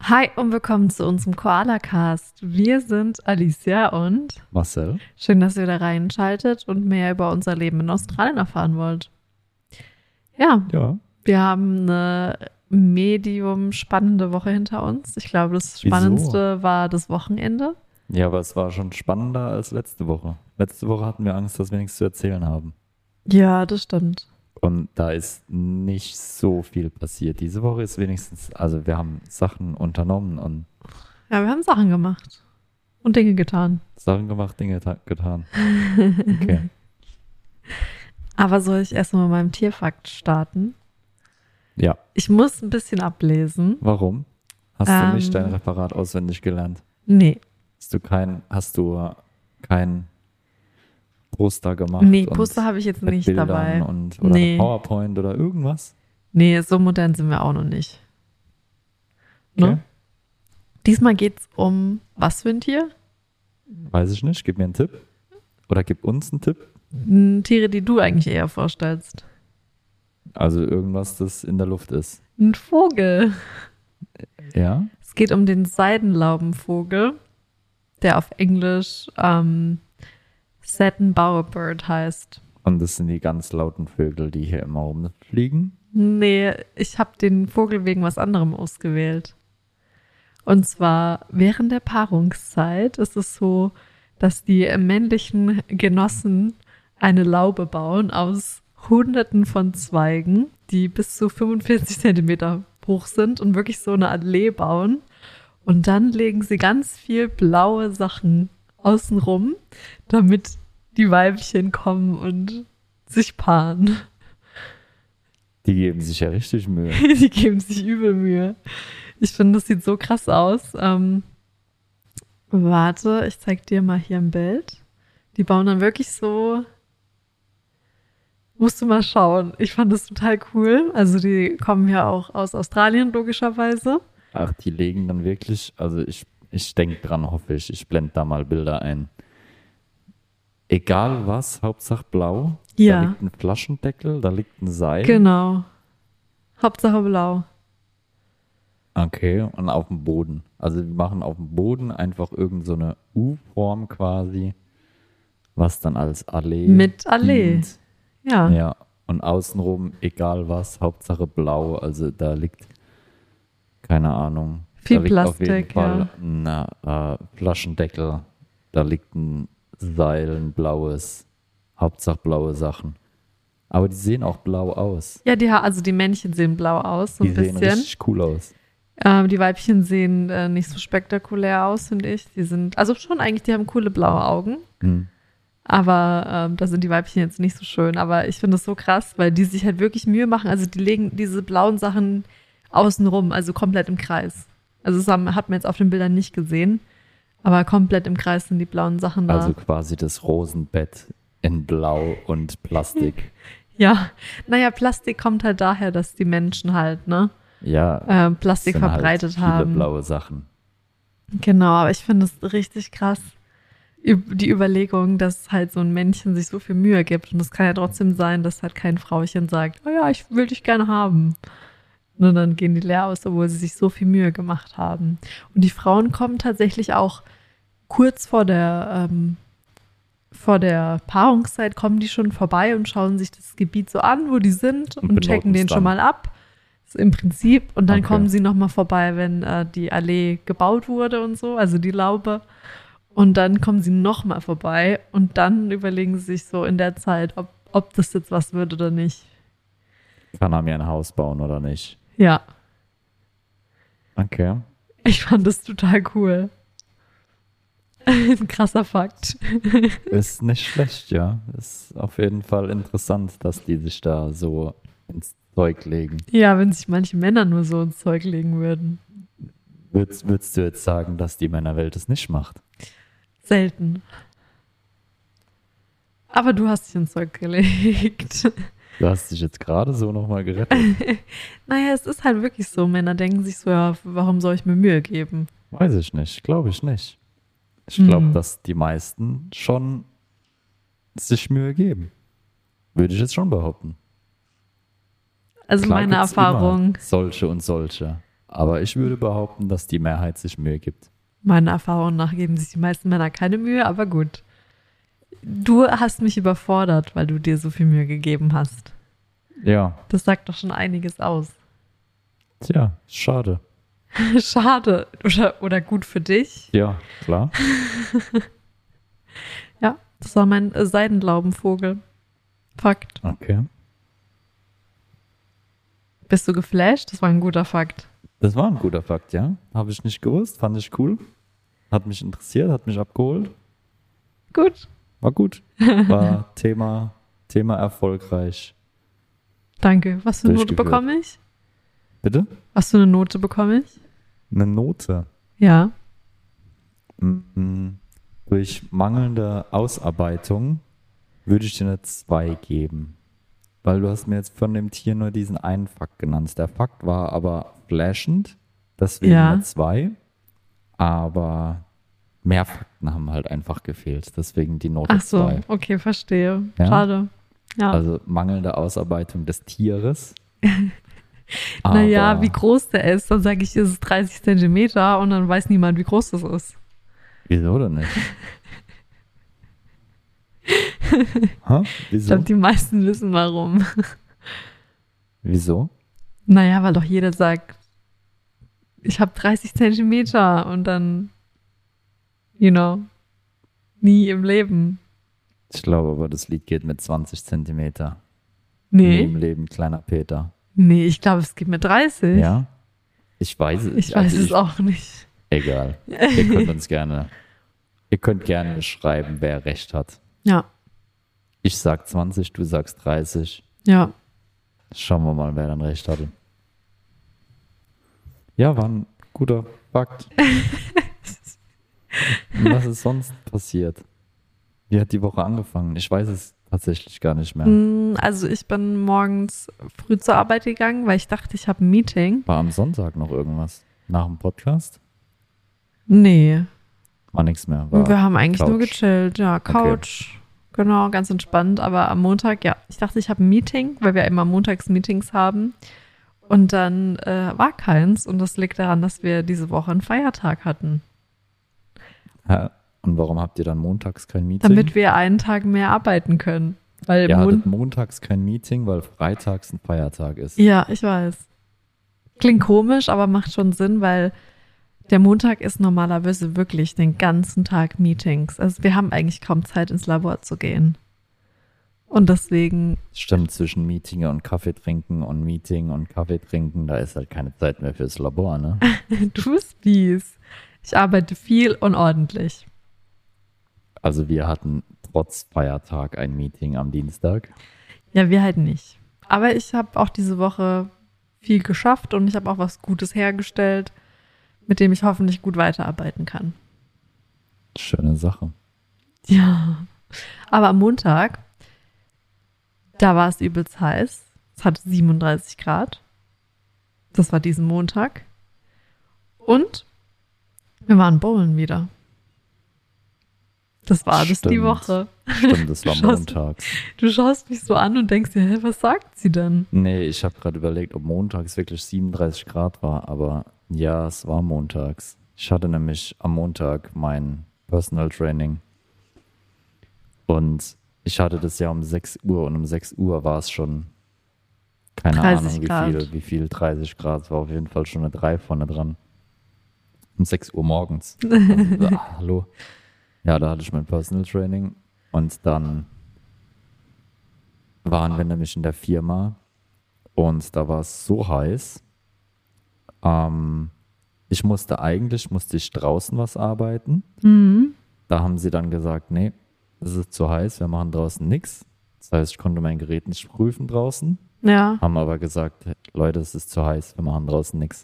Hi und willkommen zu unserem Koala-Cast. Wir sind Alicia und Marcel. schön, dass ihr da reinschaltet und mehr über unser Leben in Australien erfahren wollt. Ja, Ja. wir haben eine medium spannende Woche hinter uns. Ich glaube, das Wieso? Spannendste war das Wochenende. Ja, aber es war schon spannender als letzte Woche. Letzte Woche hatten wir Angst, dass wir nichts zu erzählen haben. Ja, das stimmt. Und da ist nicht so viel passiert. Diese Woche ist wenigstens, also wir haben Sachen unternommen und Ja, wir haben Sachen gemacht und Dinge getan. Sachen gemacht, Dinge getan. Okay. Aber soll ich erstmal mit meinem Tierfakt starten? Ja. Ich muss ein bisschen ablesen. Warum? Hast du nicht dein Referat auswendig gelernt? Nee. Hast du kein Poster gemacht? Nee, und Poster habe ich jetzt mit nicht Bildern dabei. oder Nee. eine PowerPoint oder irgendwas? Nee, so modern sind wir auch noch nicht. Ne? Okay. Diesmal geht's um was für ein Tier? Weiß ich nicht. Gib mir einen Tipp. Oder gib uns einen Tipp. Tiere, die du eigentlich eher vorstellst. Also irgendwas, das in der Luft ist. Ein Vogel. Ja? Es geht um den Seidenlaubenvogel, der auf Englisch Satin Bowerbird heißt. Und das sind die ganz lauten Vögel, die hier immer rumfliegen. Nee, ich habe den Vogel wegen was anderem ausgewählt. Und zwar während der Paarungszeit ist es so, dass die männlichen Genossen eine Laube bauen aus Hunderten von Zweigen, die bis zu 45 Zentimeter hoch sind und wirklich so eine Allee bauen. Und dann legen sie ganz viel blaue Sachen außenrum, damit die Weibchen kommen und sich paaren. Die geben sich ja richtig Mühe. Die geben sich übel Mühe. Ich finde, das sieht so krass aus. Warte, ich zeig dir mal hier ein Bild. Die bauen dann wirklich so. Musst du mal schauen. Ich fand das total cool. Also die kommen ja auch aus Australien, logischerweise. Ach, die legen dann wirklich, also ich denke dran, hoffe ich. Ich blende da mal Bilder ein. Egal was, Hauptsache blau. Ja. Da liegt ein Flaschendeckel, da liegt ein Seil. Genau. Hauptsache blau. Okay, und auf dem Boden. Also wir machen auf dem Boden einfach irgend so eine U-Form quasi, was dann als Allee Mit Allee. dient. Ja. Ja, und außenrum, egal was, Hauptsache blau. Also da liegt, keine Ahnung. Viel da liegt auf jeden Plastik, Fall ein Flaschendeckel. Da liegt ein Seil, ein blaues. Hauptsache blaue Sachen. Aber die sehen auch blau aus. Ja, also die Männchen sehen blau aus, so Die ein sehen bisschen. richtig cool aus. Die Weibchen sehen nicht so spektakulär aus, finde ich. Die sind, also schon eigentlich, die haben coole blaue Augen. Hm. Aber da sind die Weibchen jetzt nicht so schön. Aber ich finde es so krass, weil die sich halt wirklich Mühe machen. Also die legen diese blauen Sachen außenrum, also komplett im Kreis. Also das hat man jetzt auf den Bildern nicht gesehen. Aber komplett im Kreis sind die blauen Sachen da. Also quasi das Rosenbett in Blau und Plastik. Ja, naja, Plastik kommt halt daher, dass die Menschen halt, ne, Ja, Plastik sind verbreitet halt viele haben. blaue Sachen. Genau, aber ich finde es richtig krass, die Überlegung, dass halt so ein Männchen sich so viel Mühe gibt. Und es kann ja trotzdem sein, dass halt kein Frauchen sagt, oh ja, ich will dich gerne haben. Und dann gehen die leer aus, obwohl sie sich so viel Mühe gemacht haben. Und die Frauen kommen tatsächlich auch kurz vor der Paarungszeit, kommen die schon vorbei und schauen sich das Gebiet so an, wo die sind und benoten checken es den dann. schon mal ab. Das ist im Prinzip. Und dann Okay. kommen sie nochmal vorbei, wenn die Allee gebaut wurde und so, also die Laube. Und dann kommen sie nochmal vorbei und dann überlegen sie sich so in der Zeit, ob das jetzt was wird oder nicht. Kann er mir ein Haus bauen oder nicht? Ja, Okay. ich fand das total cool. Ein krasser Fakt. Ist nicht schlecht, ja. Ist auf jeden Fall interessant, dass die sich da so ins Zeug legen. Ja, wenn sich manche Männer nur so ins Zeug legen würden. Würdest du jetzt sagen, dass die Männerwelt es nicht macht? Selten. Aber du hast dich ins Zeug gelegt. Du hast dich jetzt gerade so nochmal gerettet. Naja, es ist halt wirklich so. Männer denken sich so, ja, warum soll ich mir Mühe geben? Weiß ich nicht, glaube ich nicht. Ich glaube, Hm. dass die meisten schon sich Mühe geben. Würde ich jetzt schon behaupten. Also Klar meine gibt's Erfahrung, immer solche und solche. Aber ich würde behaupten, dass die Mehrheit sich Mühe gibt. Meiner Erfahrung nach geben sich die meisten Männer keine Mühe, aber gut. Du hast mich überfordert, weil du dir so viel Mühe gegeben hast. Ja, Das sagt doch schon einiges aus. tja, schade. Schade. Oder gut für dich. Ja, klar. Ja, das war mein Seidenlaubenvogel. Fakt. Okay. Bist du geflasht? Das war ein guter Fakt. Das war ein guter Fakt, ja. Habe ich nicht gewusst, fand ich cool. Hat mich interessiert, hat mich abgeholt. Gut. War gut. War Thema erfolgreich. Danke. Was für eine Note Durchgeführt. bekomme ich? Bitte? Was für eine Note bekomme ich? Eine Note. Ja. Durch mangelnde Ausarbeitung würde ich dir eine 2 geben. Weil du hast mir jetzt von dem Tier nur diesen einen Fakt genannt. Der Fakt war aber flashend, deswegen Ja. eine 2. Aber mehr Fakten haben halt einfach gefehlt. Deswegen die Note Ach so, 2. okay, verstehe. Ja? Schade. Ja. Also mangelnde Ausarbeitung des Tieres. Naja, Aber wie groß der ist, dann sage ich, ist es 30 Zentimeter und dann weiß niemand, wie groß das ist. Wieso denn nicht? Hä? Ich Wieso? glaube, die meisten wissen warum. Wieso? Naja, weil doch jeder sagt, ich habe 30 Zentimeter und dann, nie im Leben. Ich glaube aber, das Lied geht mit 20 Zentimeter. Nie im Nee, Leben, kleiner Peter. nee, ich glaube, es geht mit 30. Ja? Ich weiß es. Ich weiß es auch nicht. Egal. Ihr könnt gerne schreiben, wer recht hat. Ja, Ich sag 20, du sagst 30. ja. Schauen wir mal, wer dann recht hatte. Ja, war ein guter Fakt. Und was ist sonst passiert? Wie hat die Woche angefangen? Ich weiß es tatsächlich gar nicht mehr. Also ich bin morgens früh zur Arbeit gegangen, weil ich dachte, ich habe ein Meeting. War am Sonntag noch irgendwas? Nach dem Podcast? Nee, War nichts mehr. War wir haben eigentlich nur Couch. gechillt. Ja, Couch. Genau, ganz entspannt. Aber am Montag, ja, ich dachte, ich habe ein Meeting, weil wir immer montags Meetings haben. Und dann war keins. Und das liegt daran, dass wir diese Woche einen Feiertag hatten. Hä? Und warum habt ihr dann montags kein Meeting? Damit wir einen Tag mehr arbeiten können. Weil Ihr hattet montags kein Meeting, weil freitags ein Feiertag ist. Ja, ich weiß. Klingt komisch, aber macht schon Sinn, weil der Montag ist normalerweise wirklich den ganzen Tag Meetings. Also wir haben eigentlich kaum Zeit, ins Labor zu gehen. Und deswegen, Stimmt, zwischen Meeting und Kaffee trinken und Meeting und Kaffee trinken, da ist halt keine Zeit mehr fürs Labor, ne? du bist fies. Ich arbeite viel und ordentlich. Also wir hatten trotz Feiertag ein Meeting am Dienstag. Ja, wir halt nicht. Aber ich habe auch diese Woche viel geschafft und ich habe auch was Gutes hergestellt, mit dem ich hoffentlich gut weiterarbeiten kann. Schöne Sache. Ja. Aber am Montag, da war es übelst heiß. Es hatte 37 Grad. Das war diesen Montag. Und wir waren bowlen wieder. Das war alles die Stimmt. Woche. Stimmt, das war Schaust- montags. Du schaust mich so an und denkst dir, hä, was sagt sie denn? Nee, ich habe gerade überlegt, ob montags wirklich 37 Grad war, aber ja, es war montags. Ich hatte nämlich am Montag mein Personal Training und ich hatte das ja um 6 Uhr und um 6 Uhr war es schon, keine 30 Ahnung Grad. wie viel, 30 Grad, es war auf jeden Fall schon eine 3 vorne dran. Um 6 Uhr morgens. Also, hallo. Ja, da hatte ich mein Personal Training und dann waren wir nämlich in der Firma und da war es so heiß. Musste ich draußen was arbeiten. Mhm. Da haben sie dann gesagt, nee, es ist zu heiß, wir machen draußen nichts. Das heißt, ich konnte mein Gerät nicht prüfen draußen. Ja. Haben aber gesagt, Leute, es ist zu heiß, wir machen draußen nichts.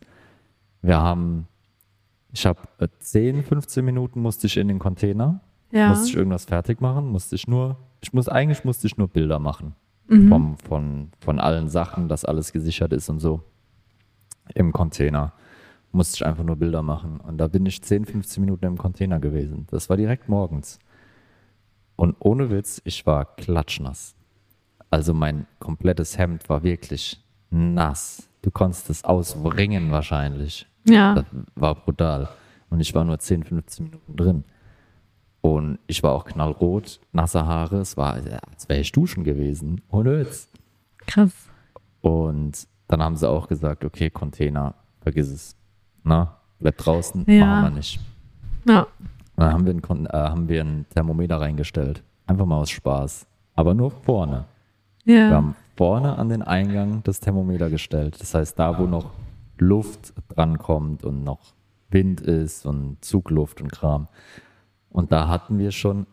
Ich habe 10, 15 Minuten musste ich in den Container, Ja. musste ich irgendwas fertig machen, musste ich nur Bilder machen. Mhm. Von allen Sachen, dass alles gesichert ist und so. Im Container musste ich einfach nur Bilder machen. Und da bin ich 10, 15 Minuten im Container gewesen. Das war direkt morgens. Und ohne Witz, ich war klatschnass. Also mein komplettes Hemd war wirklich nass. Du konntest es ausbringen wahrscheinlich. Ja, Das war brutal. Und ich war nur 10, 15 Minuten drin. Und ich war auch knallrot, nasse Haare. Es war, als wäre ich duschen gewesen. Ohne Witz. krass. Und dann haben sie auch gesagt, okay, Container, vergiss es. Na, bleib draußen, Ja. machen wir nicht. Ja, Und dann haben wir ein Thermometer reingestellt. Einfach mal aus Spaß. Aber nur vorne. Wir ja, haben vorne an den Eingang das Thermometer gestellt. Das heißt, da, wo noch Luft drankommt und noch Wind ist und Zugluft und Kram. Und da hatten wir schon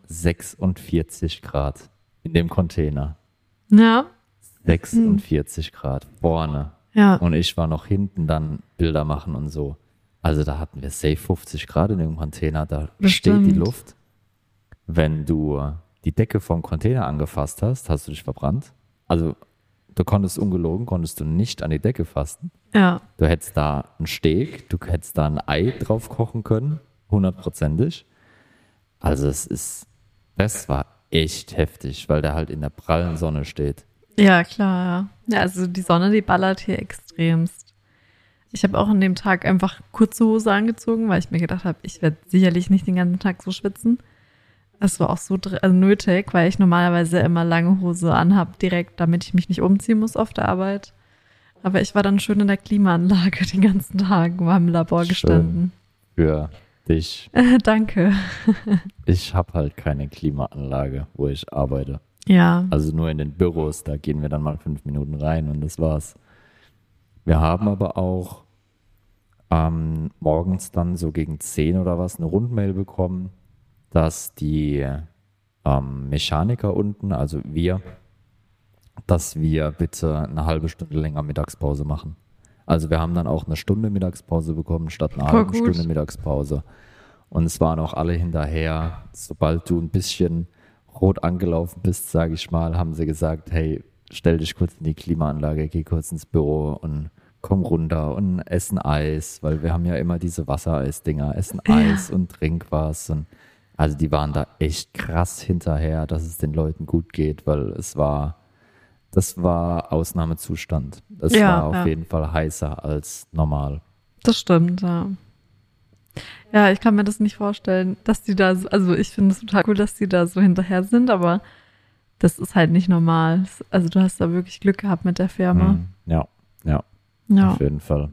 46 Grad in dem Container. ja, 46 Grad vorne. ja. Und ich war noch hinten dann Bilder machen und so. Also da hatten wir safe 50 Grad in dem Container. Da steht die Bestimmt. Luft. Wenn du die Decke vom Container angefasst hast, hast du dich verbrannt. Also du konntest ungelogen, konntest du nicht an die Decke fassen. Ja, Du hättest da einen Steak, du hättest da ein Ei drauf kochen können, 100%. Also das war echt heftig, weil der halt in der prallen Sonne steht. ja, klar, ja. Ja, also die Sonne, die ballert hier extremst. Ich habe auch an dem Tag einfach kurze Hose angezogen, weil ich mir gedacht habe, ich werde sicherlich nicht den ganzen Tag so schwitzen. Das war auch so nötig, weil ich normalerweise immer lange Hose anhab, direkt, damit ich mich nicht umziehen muss auf der Arbeit. Aber ich war dann schön in der Klimaanlage den ganzen Tag, war im Labor Schön. gestanden. Für dich. Danke. Ich habe halt keine Klimaanlage, wo ich arbeite. Ja, Also nur in den Büros, da gehen wir dann mal 5 Minuten rein und das war's. Wir haben aber auch morgens dann so gegen 10 oder was eine Rundmail bekommen, dass die Mechaniker unten, also wir, dass wir bitte eine halbe Stunde länger Mittagspause machen. Also wir haben dann auch eine Stunde Mittagspause bekommen, statt einer Voll halben gut. Stunde Mittagspause. Und es waren auch alle hinterher. Sobald du ein bisschen rot angelaufen bist, sage ich mal, haben sie gesagt, hey, stell dich kurz in die Klimaanlage, geh kurz ins Büro und komm runter und essen Eis, weil wir haben ja immer diese Wassereisdinger, essen Ja. Eis und trink was. Und also die waren da echt krass hinterher, dass es den Leuten gut geht, weil das war Ausnahmezustand. Es Ja, war auf ja. jeden Fall heißer als normal. das stimmt, ja. Ja, ich kann mir das nicht vorstellen, dass die da, also ich finde es total cool, dass die da so hinterher sind, aber das ist halt nicht normal. Also du hast da wirklich Glück gehabt mit der Firma. Ja, Ja. auf jeden Fall.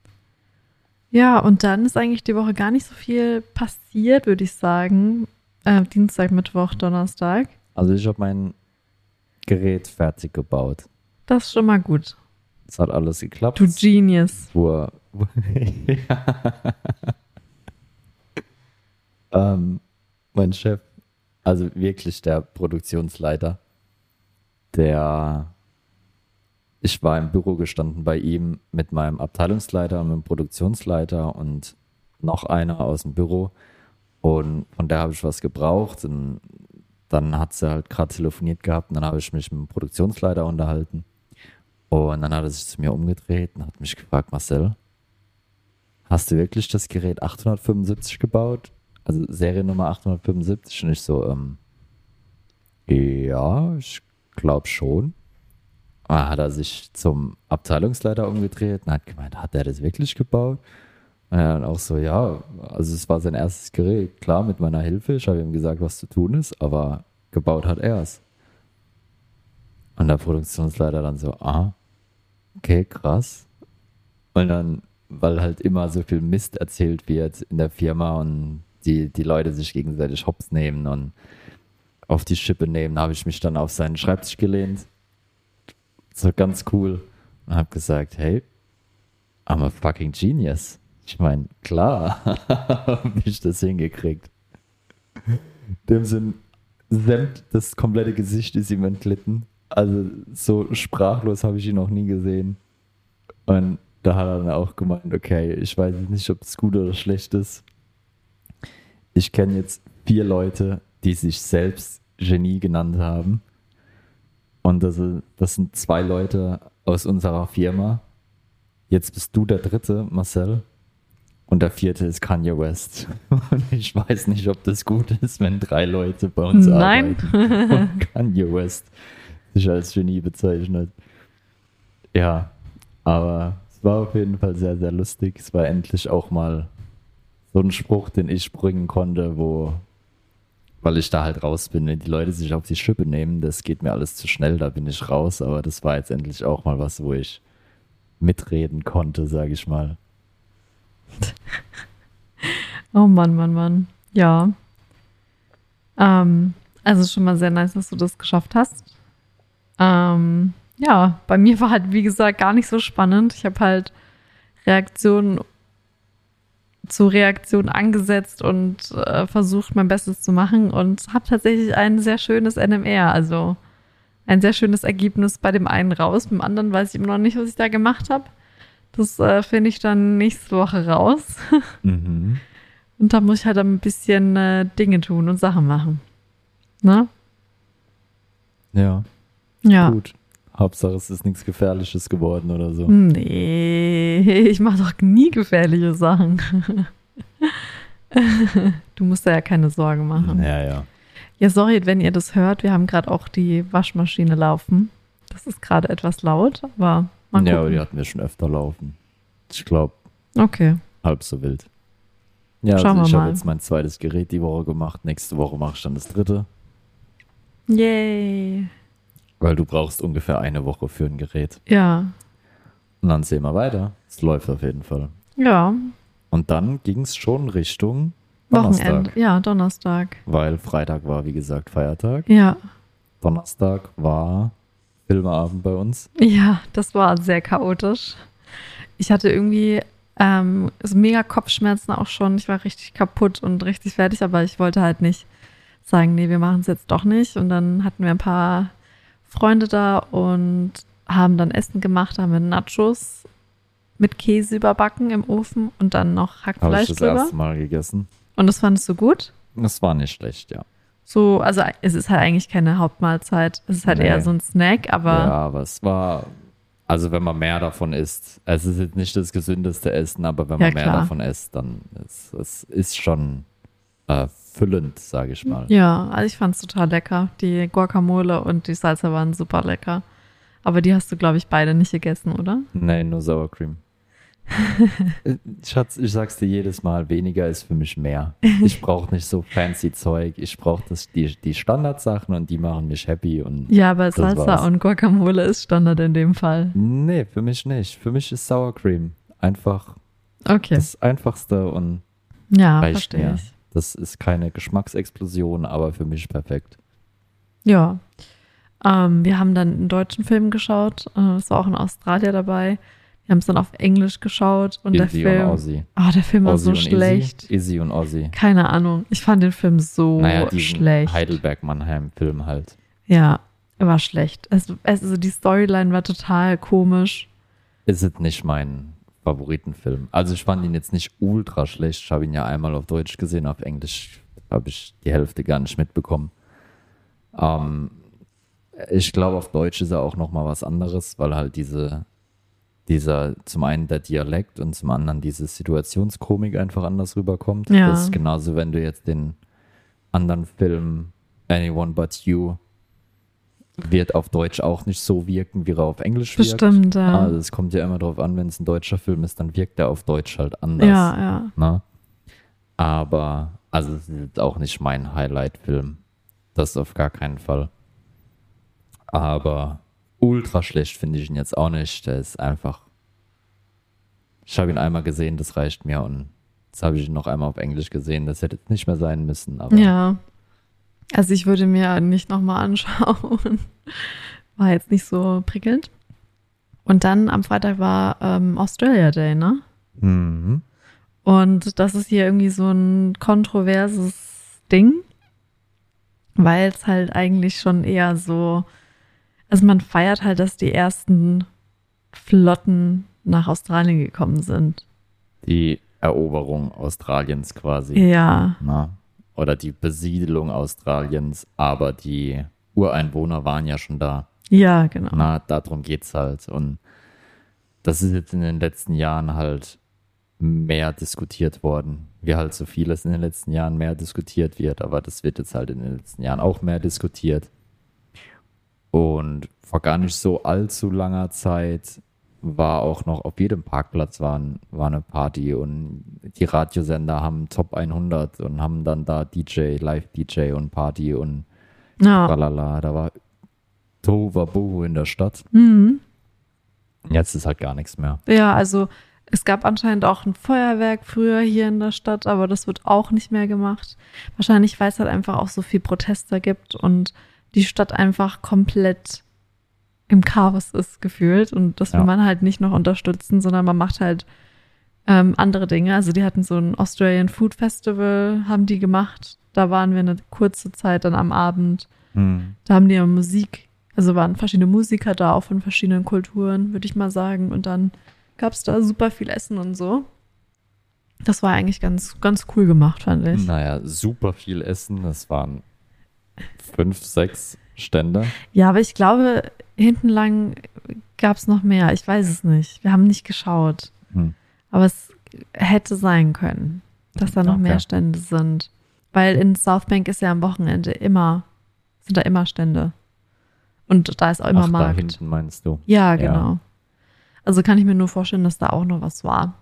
Ja, und dann ist eigentlich die Woche gar nicht so viel passiert, würde ich sagen. Dienstag, Mittwoch, Donnerstag. Also ich habe mein Gerät fertig gebaut. Das ist schon mal gut. Es hat alles geklappt. Du Genius. Mein Chef, also wirklich der Produktionsleiter, ich war im Büro gestanden bei ihm mit meinem Abteilungsleiter und mit dem Produktionsleiter und noch einer aus dem Büro und von der habe ich was gebraucht und dann hat sie halt gerade telefoniert gehabt und dann habe ich mich mit dem Produktionsleiter unterhalten und dann hat er sich zu mir umgedreht und hat mich gefragt, Marcel, hast du wirklich das Gerät 875 gebaut? Also Seriennummer 875 und ich so, ja, ich glaube schon. Dann hat er sich zum Abteilungsleiter umgedreht und hat gemeint, hat er das wirklich gebaut? Und er dann auch so, ja, also es war sein erstes Gerät, klar, mit meiner Hilfe. Ich habe ihm gesagt, was zu tun ist, aber gebaut hat er es. Und der Produktionsleiter dann so, okay, krass. Und dann, weil halt immer so viel Mist erzählt wird in der Firma und die Leute sich gegenseitig hops nehmen und auf die Schippe nehmen, habe ich mich dann auf seinen Schreibtisch gelehnt. So ganz cool. Und habe gesagt, hey, I'm a fucking genius. Ich meine, klar habe ich das hingekriegt. Dem Sinn, das komplette Gesicht ist ihm entglitten. Also so sprachlos habe ich ihn noch nie gesehen. Und da hat er dann auch gemeint, okay, ich weiß nicht, ob es gut oder schlecht ist. Ich kenne jetzt 4 Leute, die sich selbst Genie genannt haben. Und das sind 2 Leute aus unserer Firma. Jetzt bist du der 3., Marcel. Und der 4. ist Kanye West. Und ich weiß nicht, ob das gut ist, wenn 3 Leute bei uns Nein. arbeiten. Und Kanye West sich als Genie bezeichnet. Ja, aber war auf jeden Fall sehr, sehr lustig. Es war endlich auch mal so ein Spruch, den ich bringen konnte, weil ich da halt raus bin. Wenn die Leute sich auf die Schippe nehmen, das geht mir alles zu schnell, da bin ich raus. Aber das war jetzt endlich auch mal was, wo ich mitreden konnte, sage ich mal. Oh Mann, Mann, Mann. Ja. Also schon mal sehr nice, dass du das geschafft hast. Ja, bei mir war halt, wie gesagt, gar nicht so spannend. Ich habe halt Reaktion zu Reaktion angesetzt und versucht, mein Bestes zu machen und habe tatsächlich ein sehr schönes NMR, also ein sehr schönes Ergebnis bei dem einen raus. Beim anderen weiß ich immer noch nicht, was ich da gemacht habe. Das finde ich dann nächste Woche raus. Mhm. Und da muss ich halt ein bisschen Dinge tun und Sachen machen. Ne? Ja, Ja. gut. Hauptsache, es ist nichts Gefährliches geworden oder so. Nee, ich mache doch nie gefährliche Sachen. Du musst da ja keine Sorgen machen. Ja, ja. Ja, sorry, wenn ihr das hört. Wir haben gerade auch die Waschmaschine laufen. Das ist gerade etwas laut, aber mal Ja, aber gucken. die hatten wir schon öfter laufen. Ich glaube, Okay, halb so wild. Ja, Schauen also ich wir habe mal. jetzt mein zweites Gerät die Woche gemacht. Nächste Woche mache ich dann das dritte. yay. Weil du brauchst ungefähr eine Woche für ein Gerät. Ja, Und dann sehen wir weiter. Es läuft auf jeden Fall. ja, Und dann ging es schon Richtung Donnerstag. Wochenende. Ja, Donnerstag. Weil Freitag war, wie gesagt, Feiertag. Ja, Donnerstag war Filmeabend bei uns. ja, das war sehr chaotisch. Ich hatte irgendwie so mega Kopfschmerzen auch schon. Ich war richtig kaputt und richtig fertig, aber ich wollte halt nicht sagen, nee, wir machen es jetzt doch nicht. Und dann hatten wir ein paar Freunde da und haben dann Essen gemacht, haben wir Nachos mit Käse überbacken im Ofen und dann noch Habe ich Hackfleisch das drüber. erste Mal gegessen. Und das fandest du gut? Das war nicht schlecht, ja. So, also es ist halt eigentlich keine Hauptmahlzeit. Es ist halt Nee. eher so ein Snack, aber Ja, aber es war, also wenn man mehr davon isst, es ist jetzt nicht das gesündeste Essen, aber wenn Ja, man mehr klar. davon isst, dann es ist schon füllend, sage ich mal. ja, also ich fand es total lecker. Die Guacamole und die Salsa waren super lecker. Aber die hast du, glaube ich, beide nicht gegessen, oder? Nee, nur Sour Cream. Schatz, ich sag's dir jedes Mal, weniger ist für mich mehr. Ich brauche nicht so fancy Zeug. Ich brauche die Standardsachen und die machen mich happy. Und Ja, aber das Salsa war's. und Guacamole ist Standard in dem Fall. Nee, für mich nicht. Für mich ist Sour Cream einfach Okay. das Einfachste und Ja, reicht verstehe mir. ich. Das ist keine Geschmacksexplosion, aber für mich perfekt. Ja. Wir haben dann einen deutschen Film geschaut. Es war auch ein Australier dabei. Wir haben es dann auf Englisch geschaut und der Izzy Film. und Ozzy. Der Film war Ozzy so und schlecht. Izzy und Ozzy. Keine Ahnung. Ich fand den Film so Naja, diesen schlecht. Heidelberg-Mannheim-Film halt. Ja, er war schlecht. Also die Storyline war total komisch. Ist es nicht mein Favoritenfilm. Also ich fand ihn jetzt nicht ultra schlecht. Ich habe ihn ja einmal auf Deutsch gesehen, auf Englisch habe ich die Hälfte gar nicht mitbekommen. Ich glaube, auf Deutsch ist er auch nochmal was anderes, weil halt dieser zum einen der Dialekt und zum anderen diese Situationskomik einfach anders rüberkommt. Ja. Das ist genauso, wenn du jetzt den anderen Film Anyone But You wird auf Deutsch auch nicht so wirken, wie er auf Englisch wirkt. Bestimmt, ja. Also es kommt ja immer darauf an, wenn es ein deutscher Film ist, dann wirkt er auf Deutsch halt anders. Ja, ja. Ne? Aber, also es ist jetzt auch nicht mein Highlight-Film. Das auf gar keinen Fall. Aber ultra schlecht finde ich ihn jetzt auch nicht. Der ist einfach. Ich habe ihn einmal gesehen, das reicht mir. Und jetzt habe ich ihn noch einmal auf Englisch gesehen. Das hätte jetzt nicht mehr sein müssen. Aber Ja. Also ich würde mir nicht nochmal anschauen. War jetzt nicht so prickelnd. Und dann am Freitag war Australia Day, ne? Mhm. Und das ist hier irgendwie so ein kontroverses Ding, weil es halt eigentlich schon eher so, also man feiert halt, dass die ersten Flotten nach Australien gekommen sind. Die Eroberung Australiens quasi. Ja, Na? Oder die Besiedelung Australiens. Aber die Ureinwohner waren ja schon da. ja, genau. Na, darum geht's halt. Und das ist jetzt in den letzten Jahren halt mehr diskutiert worden. Wie halt so vieles in den letzten Jahren mehr diskutiert wird. Aber das wird jetzt halt in den letzten Jahren auch mehr diskutiert. Und vor gar nicht so allzu langer Zeit war auch noch, auf jedem Parkplatz war eine Party und die Radiosender haben Top 100 und haben dann da DJ, Live-DJ und Party und Ja. tralala. Da war Tohuwabohu in der Stadt. Mhm. Jetzt ist halt gar nichts mehr. Ja, also es gab anscheinend auch ein Feuerwerk früher hier in der Stadt, aber das wird auch nicht mehr gemacht. Wahrscheinlich, weil es halt einfach auch so viel Proteste gibt und die Stadt einfach komplett im Chaos ist gefühlt und das will Ja. man halt nicht noch unterstützen, sondern man macht halt andere Dinge. Also die hatten so ein Australian Food Festival, haben die gemacht. Da waren wir eine kurze Zeit dann am Abend. Da haben die ja Musik, also waren verschiedene Musiker da, auch von verschiedenen Kulturen, würde ich mal sagen. Und dann gab es da super viel Essen und so. Das war eigentlich ganz, ganz cool gemacht, fand ich. Naja, super viel Essen. Das waren 5, 6 Stände. Ja, aber ich glaube, hinten lang gab es noch mehr. Ich weiß es nicht. Wir haben nicht geschaut. Aber es hätte sein können, dass da noch Okay. mehr Stände sind. Weil in South Bank ist ja am Wochenende sind da immer Stände. Und da ist auch immer Ach, da Markt. hinten meinst du? Ja, genau. Also kann ich mir nur vorstellen, dass da auch noch was war.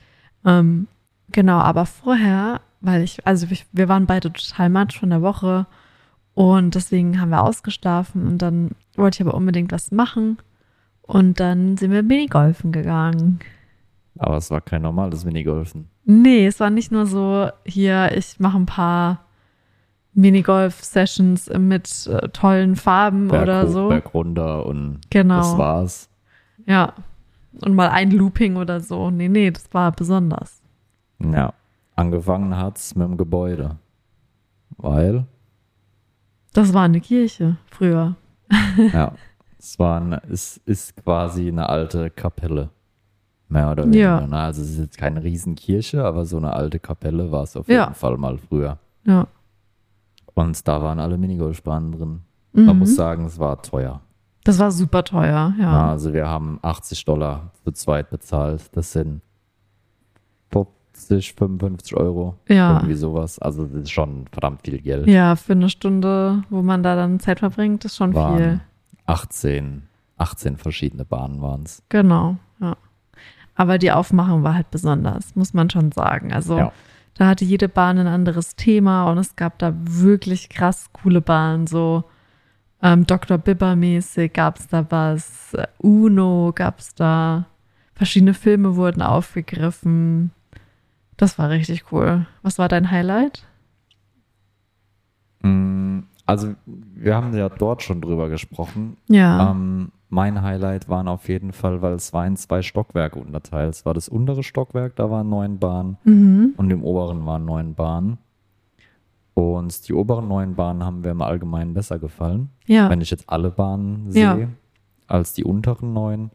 Genau, aber vorher, wir waren beide total matsch von der Woche und deswegen haben wir ausgeschlafen und dann wollte ich aber unbedingt was machen und dann sind wir Minigolfen gegangen. Aber es war kein normales Minigolfen. Nee, es war nicht nur so, hier, ich mache ein paar Minigolf-Sessions mit tollen Farben Berg oder hoch, so. Berg runter und Genau. das war's. Ja. Und mal ein Looping oder so. Nee, das war besonders. Ja, angefangen hat's mit dem Gebäude. Weil, Das war eine Kirche früher. ja, es ist quasi eine alte Kapelle. Mehr oder weniger. Ja. Ne? Also es ist jetzt keine Riesenkirche, aber so eine alte Kapelle war es auf Ja. jeden Fall mal früher. Ja. Und da waren alle Minigolfbahnen drin. Mhm. Man muss sagen, es war teuer. Das war super teuer, ja. Also wir haben $80 zu zweit bezahlt. Das sind 50, 55 Euro. Ja. Irgendwie sowas. Also das ist schon verdammt viel Geld. Ja, für eine Stunde, wo man da dann Zeit verbringt, ist schon viel. Waren 18 verschiedene Bahnen waren es. Genau, ja. Aber die Aufmachung war halt besonders, muss man schon sagen. Also Ja. da hatte jede Bahn ein anderes Thema und es gab da wirklich krass coole Bahnen, so Dr. Bibber-mäßig gab es da was, Uno gab es da, verschiedene Filme wurden aufgegriffen. Das war richtig cool. Was war dein Highlight? Also wir haben ja dort schon drüber gesprochen. Ja. Mein Highlight waren auf jeden Fall, weil es war in 2 Stockwerke unterteilt. Es war das untere Stockwerk, da waren 9 Bahnen und im oberen waren 9 Bahnen. Und die oberen 9 Bahnen haben mir im Allgemeinen besser gefallen, Ja. wenn ich jetzt alle Bahnen sehe, Ja. als die unteren 9.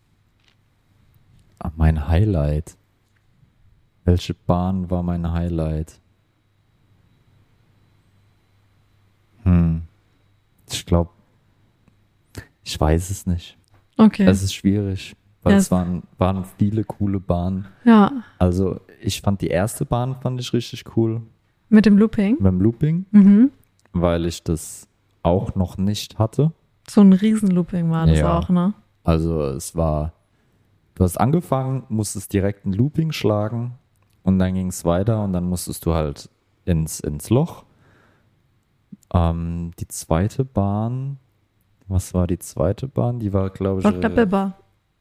Mein Highlight. Welche Bahn war mein Highlight? Ich glaube, ich weiß es nicht. Okay. Es ist schwierig, weil Ja, es waren viele coole Bahnen. Ja. Also ich fand die erste Bahn fand ich richtig cool Mit dem Looping. beim Looping, Mhm. weil ich das auch noch nicht hatte. So ein Riesenlooping war das Ja. auch, ne? Also du hast angefangen, musstest direkt ein Looping schlagen und dann ging es weiter und dann musstest du halt ins Loch. Die zweite Bahn, was war die zweite Bahn? Die war, glaube ich, Dr. Bibber.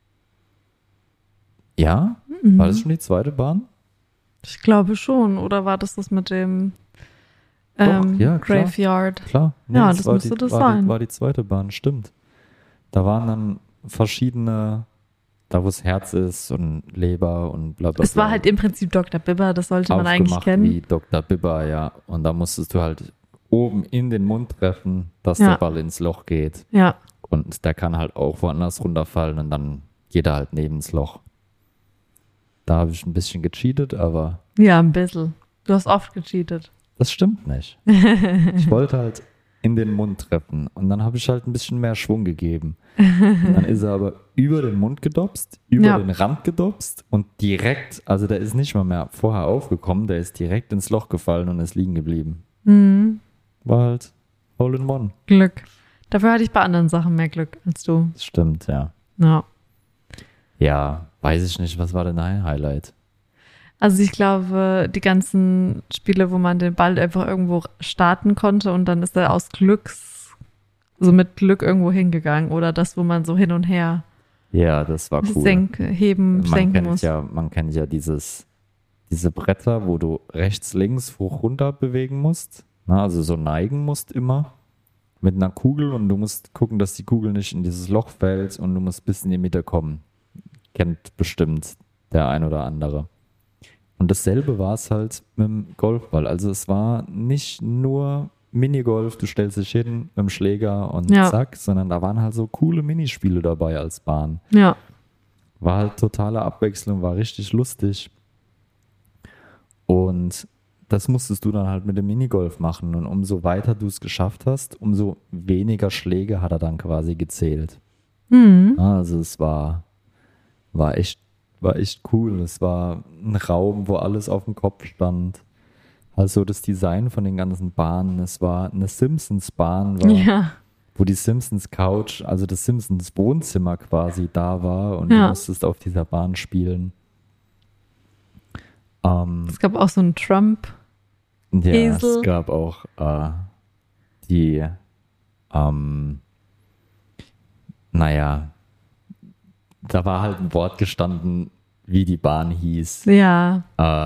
ja? Mhm. War das schon die zweite Bahn? Ich glaube schon. Oder war das mit dem Doch, ja, klar. Graveyard? Klar. Ja, es das war müsste das war sein. war die zweite Bahn, stimmt. Da waren dann verschiedene, da wo das Herz ist und Leber und bla bla Es war bla. halt im Prinzip Dr. Bibber, das sollte man eigentlich Aufgemacht kennen. wie Dr. Bibber, ja. Und da musstest du halt oben in den Mund treffen, dass Ja. der Ball ins Loch geht. Ja, Und der kann halt auch woanders runterfallen und dann geht er halt neben das Loch. Da habe ich ein bisschen gecheatet, aber ja, ein bisschen. Du hast oft gecheatet. das stimmt nicht. Ich wollte halt in den Mund treffen und dann habe ich halt ein bisschen mehr Schwung gegeben. Und dann ist er aber über den Mund gedopst, über Ja. den Rand gedopst und direkt, also der ist nicht mal mehr vorher aufgekommen, der ist direkt ins Loch gefallen und ist liegen geblieben. Mhm. War halt Hole in One. Glück. Dafür hatte ich bei anderen Sachen mehr Glück als du. Das stimmt, ja. Ja. Ja, weiß ich nicht, was war denn dein Highlight? Also ich glaube, die ganzen Spiele, wo man den Ball einfach irgendwo starten konnte und dann ist er so mit Glück irgendwo hingegangen. Oder das, wo man so hin und her Ja, das war cool. senken muss. Man kennt ja diese Bretter, wo du rechts, links, hoch, runter bewegen musst. Na, also so neigen musst immer mit einer Kugel und du musst gucken, dass die Kugel nicht in dieses Loch fällt und du musst bis in die Mitte kommen. Kennt bestimmt der ein oder andere. Und dasselbe war es halt mit dem Golfball. Also es war nicht nur Minigolf, du stellst dich hin mit dem Schläger und Ja. zack, sondern da waren halt so coole Minispiele dabei als Bahn. Ja, War halt totale Abwechslung, war richtig lustig. Und das musstest du dann halt mit dem Minigolf machen. Und umso weiter du es geschafft hast, umso weniger Schläge hat er dann quasi gezählt. Also es war echt cool. Es war ein Raum, wo alles auf dem Kopf stand. Also das Design von den ganzen Bahnen. Es war eine Simpsons-Bahn, ja, wo die Simpsons Couch, also das Simpsons Wohnzimmer quasi da war und du Ja. musstest auf dieser Bahn spielen. es gab auch so einen Trump. Ja, Esel. es gab auch die, naja, da war halt ein Wort gestanden, wie die Bahn hieß. Ja,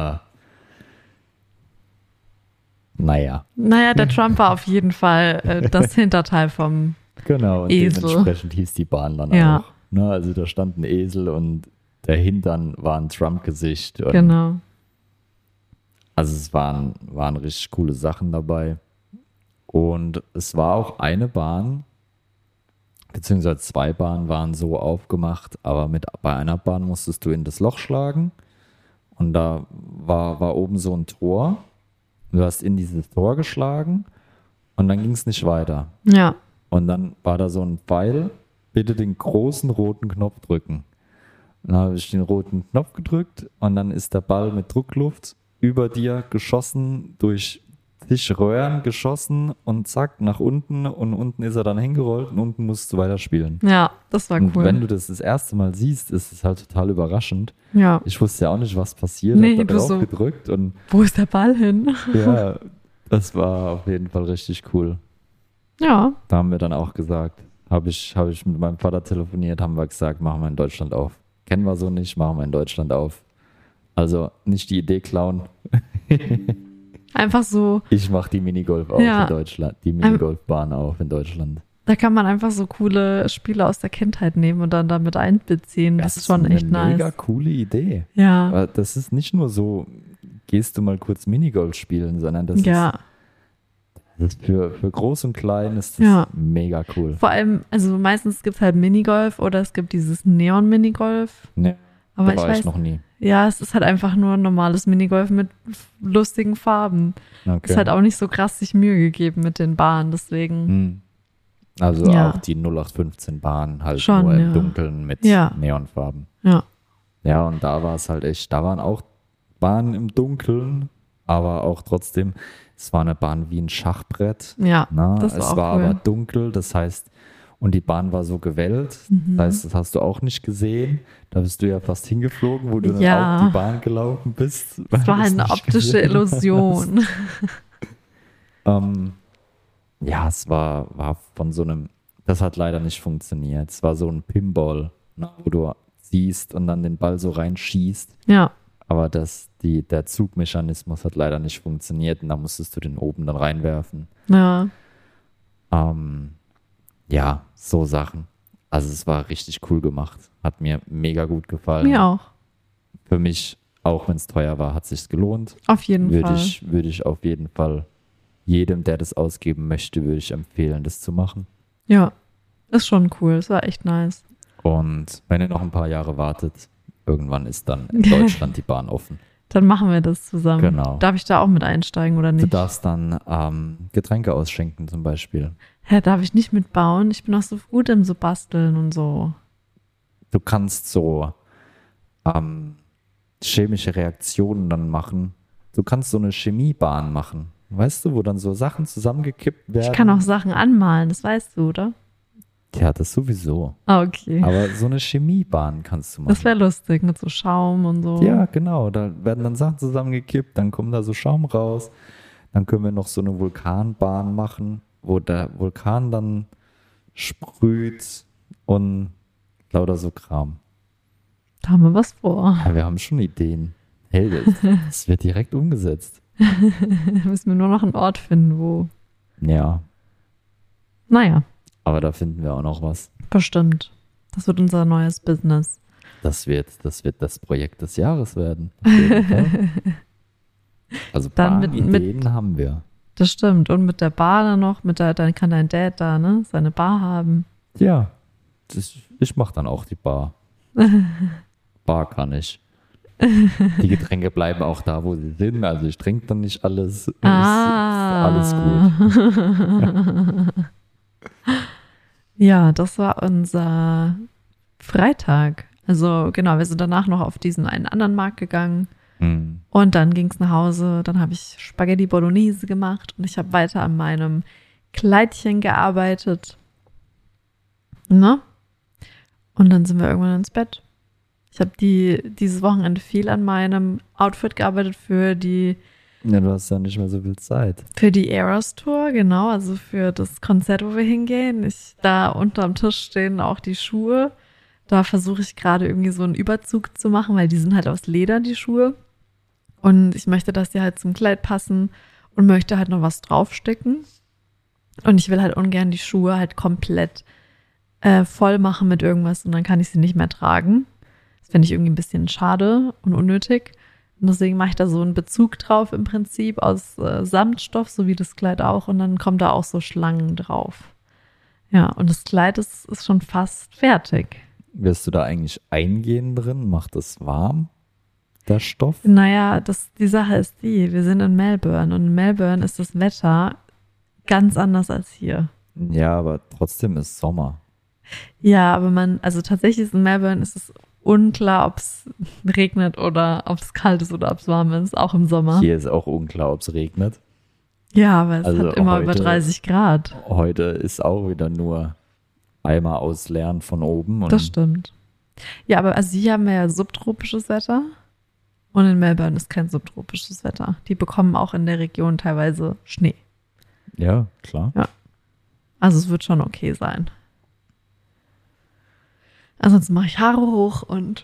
Naja, naja, der Trump war auf jeden Fall das Hinterteil vom genau. Und Esel. dementsprechend hieß die Bahn dann Ja. auch. Ne, also da stand ein Esel und der Hintern war ein Trump-Gesicht. Und Genau. Also es waren richtig coole Sachen dabei. Und es war auch eine Bahn, beziehungsweise zwei Bahnen waren so aufgemacht, aber bei einer Bahn musstest du in das Loch schlagen und da war oben so ein Tor. Du hast in dieses Tor geschlagen und dann ging es nicht weiter. Ja, Und dann war da so ein Pfeil, bitte den großen roten Knopf drücken. Dann habe ich den roten Knopf gedrückt und dann ist der Ball mit Druckluft über dir geschossen, durch zig Röhren geschossen und zack, nach unten und unten ist er dann hingerollt und unten musst du weiterspielen. ja, das war Und cool. wenn du das erste Mal siehst, ist es halt total überraschend. Ja. Ich wusste ja auch nicht, was passiert, Nee, hab da du drauf so- gedrückt und Wo ist der Ball hin? ja, das war auf jeden Fall richtig cool. Ja, Da haben wir dann auch gesagt, habe ich mit meinem Vater telefoniert, haben wir gesagt, machen wir in Deutschland auf. Kennen wir so nicht, machen wir in Deutschland auf. Also nicht die Idee klauen, einfach so, ich mache die Minigolf auf Ja. in Deutschland, die Minigolfbahn auf in Deutschland. da kann man einfach so coole Spiele aus der Kindheit nehmen und dann damit einbeziehen. Das ist schon eine echt nice. mega coole Idee. Ja, Aber das ist nicht nur so, gehst du mal kurz Minigolf spielen, sondern das ja. ist für Groß und Klein ist das Ja. mega cool. Vor allem, also meistens gibt es halt Minigolf oder es gibt dieses Neon-Minigolf. Ne, Aber da ich war weiß, ich noch nie. ja, es ist halt einfach nur ein normales Minigolf mit lustigen Farben. Okay. Ist halt auch nicht so krass sich Mühe gegeben mit den Bahnen, deswegen. Hm. Also Ja. auch die 0815 Bahn halt Schon, nur im ja. Dunkeln mit Ja. Neonfarben. Ja, Ja, und da war es halt echt, da waren auch Bahnen im Dunkeln, aber auch trotzdem, es war eine Bahn wie ein Schachbrett. ja, Na, das war es auch war cool. aber dunkel, das heißt, und die Bahn war so gewellt, das heißt, das hast du auch nicht gesehen. Da bist du ja fast hingeflogen, wo du dann Ja. auf die Bahn gelaufen bist. Das war eine optische Illusion. Ja, es war von so einem, das hat leider nicht funktioniert. Es war so ein Pinball, ne, wo du siehst und dann den Ball so reinschießt. Ja, Aber der Zugmechanismus hat leider nicht funktioniert und da musstest du den oben dann reinwerfen. ja, Ja, so Sachen. Also es war richtig cool gemacht. Hat mir mega gut gefallen. mir auch. Für mich, auch wenn es teuer war, hat es sich gelohnt. Auf jeden Fall. Würde ich auf jeden Fall jedem, der das ausgeben möchte, würde ich empfehlen, das zu machen. Ja, ist schon cool. Es war echt nice. Und wenn ihr noch ein paar Jahre wartet, irgendwann ist dann in Deutschland die Bahn offen. Dann machen wir das zusammen. Genau. Darf ich da auch mit einsteigen oder Du nicht? darfst dann Getränke ausschenken zum Beispiel. Hä, darf ich nicht mitbauen? Ich bin auch so gut im so Basteln und so. Du kannst so chemische Reaktionen dann machen. Du kannst so eine Chemiebahn machen. Weißt du, wo dann so Sachen zusammengekippt werden? Ich kann auch Sachen anmalen, das weißt du, oder? Ja, das sowieso. Ah, okay. Aber so eine Chemiebahn kannst du machen. Das wäre lustig mit so Schaum und so. Ja, genau. Da werden dann Sachen zusammengekippt, dann kommt da so Schaum raus. Dann können wir noch so eine Vulkanbahn machen, wo der Vulkan dann sprüht und lauter so Kram. Da haben wir was vor. Ja, wir haben schon Ideen. Hey, das wird direkt umgesetzt. Da müssen wir nur noch einen Ort finden, wo. Ja, Naja, aber da finden wir auch noch was. bestimmt. Das wird unser neues Business. Das wird das Projekt des Jahres werden. Auf jeden Fall. Also Dann Ideen haben wir. Das stimmt. Und mit der Bar dann noch, dann kann dein Dad da, ne, seine Bar haben. Ja, ich mache dann auch die Bar. Bar kann ich. Die Getränke bleiben auch da, wo sie sind. Also ich trinke dann nicht alles. Ist alles gut. Ja, das war unser Freitag. Also genau, wir sind danach noch auf diesen einen anderen Markt gegangen. Hm. Und dann ging es nach Hause. Dann habe ich Spaghetti Bolognese gemacht und ich habe weiter an meinem Kleidchen gearbeitet. Ne? Und dann sind wir irgendwann ins Bett. Ich habe dieses Wochenende viel an meinem Outfit gearbeitet für die Ja, du hast ja nicht mehr so viel Zeit. Eras Tour, genau, also für das Konzert, wo wir hingehen. Da unterm Tisch stehen auch die Schuhe. Da versuche ich gerade irgendwie so einen Überzug zu machen, weil die sind halt aus Leder, die Schuhe. Und ich möchte, dass die halt zum Kleid passen und möchte halt noch was draufstecken. Und ich will halt ungern die Schuhe halt komplett voll machen mit irgendwas und dann kann ich sie nicht mehr tragen. Das finde ich irgendwie ein bisschen schade und unnötig. Und deswegen mache ich da so einen Bezug drauf im Prinzip aus Samtstoff, so wie das Kleid auch. Und dann kommen da auch so Schlangen drauf. Ja, und das Kleid ist schon fast fertig. Wirst du da eigentlich eingehen drin? Macht es warm, der Stoff? Naja, die Sache ist wir sind in Melbourne und in Melbourne ist das Wetter ganz anders als hier. Ja, aber trotzdem ist Sommer. Ja, aber also tatsächlich in Melbourne ist es unklar, ob es regnet oder ob es kalt ist oder ob es warm ist, auch im Sommer. Hier ist auch unklar, ob es regnet. Ja, aber es Also hat immer über 30 Grad. Heute ist auch wieder nur Eimer ausleeren von oben. Und Das stimmt. Ja, aber also hier haben wir ja subtropisches Wetter und in Melbourne ist kein subtropisches Wetter. Die bekommen auch in der Region teilweise Schnee. Ja, klar. Also es wird schon okay sein. Ansonsten mache ich Haare hoch und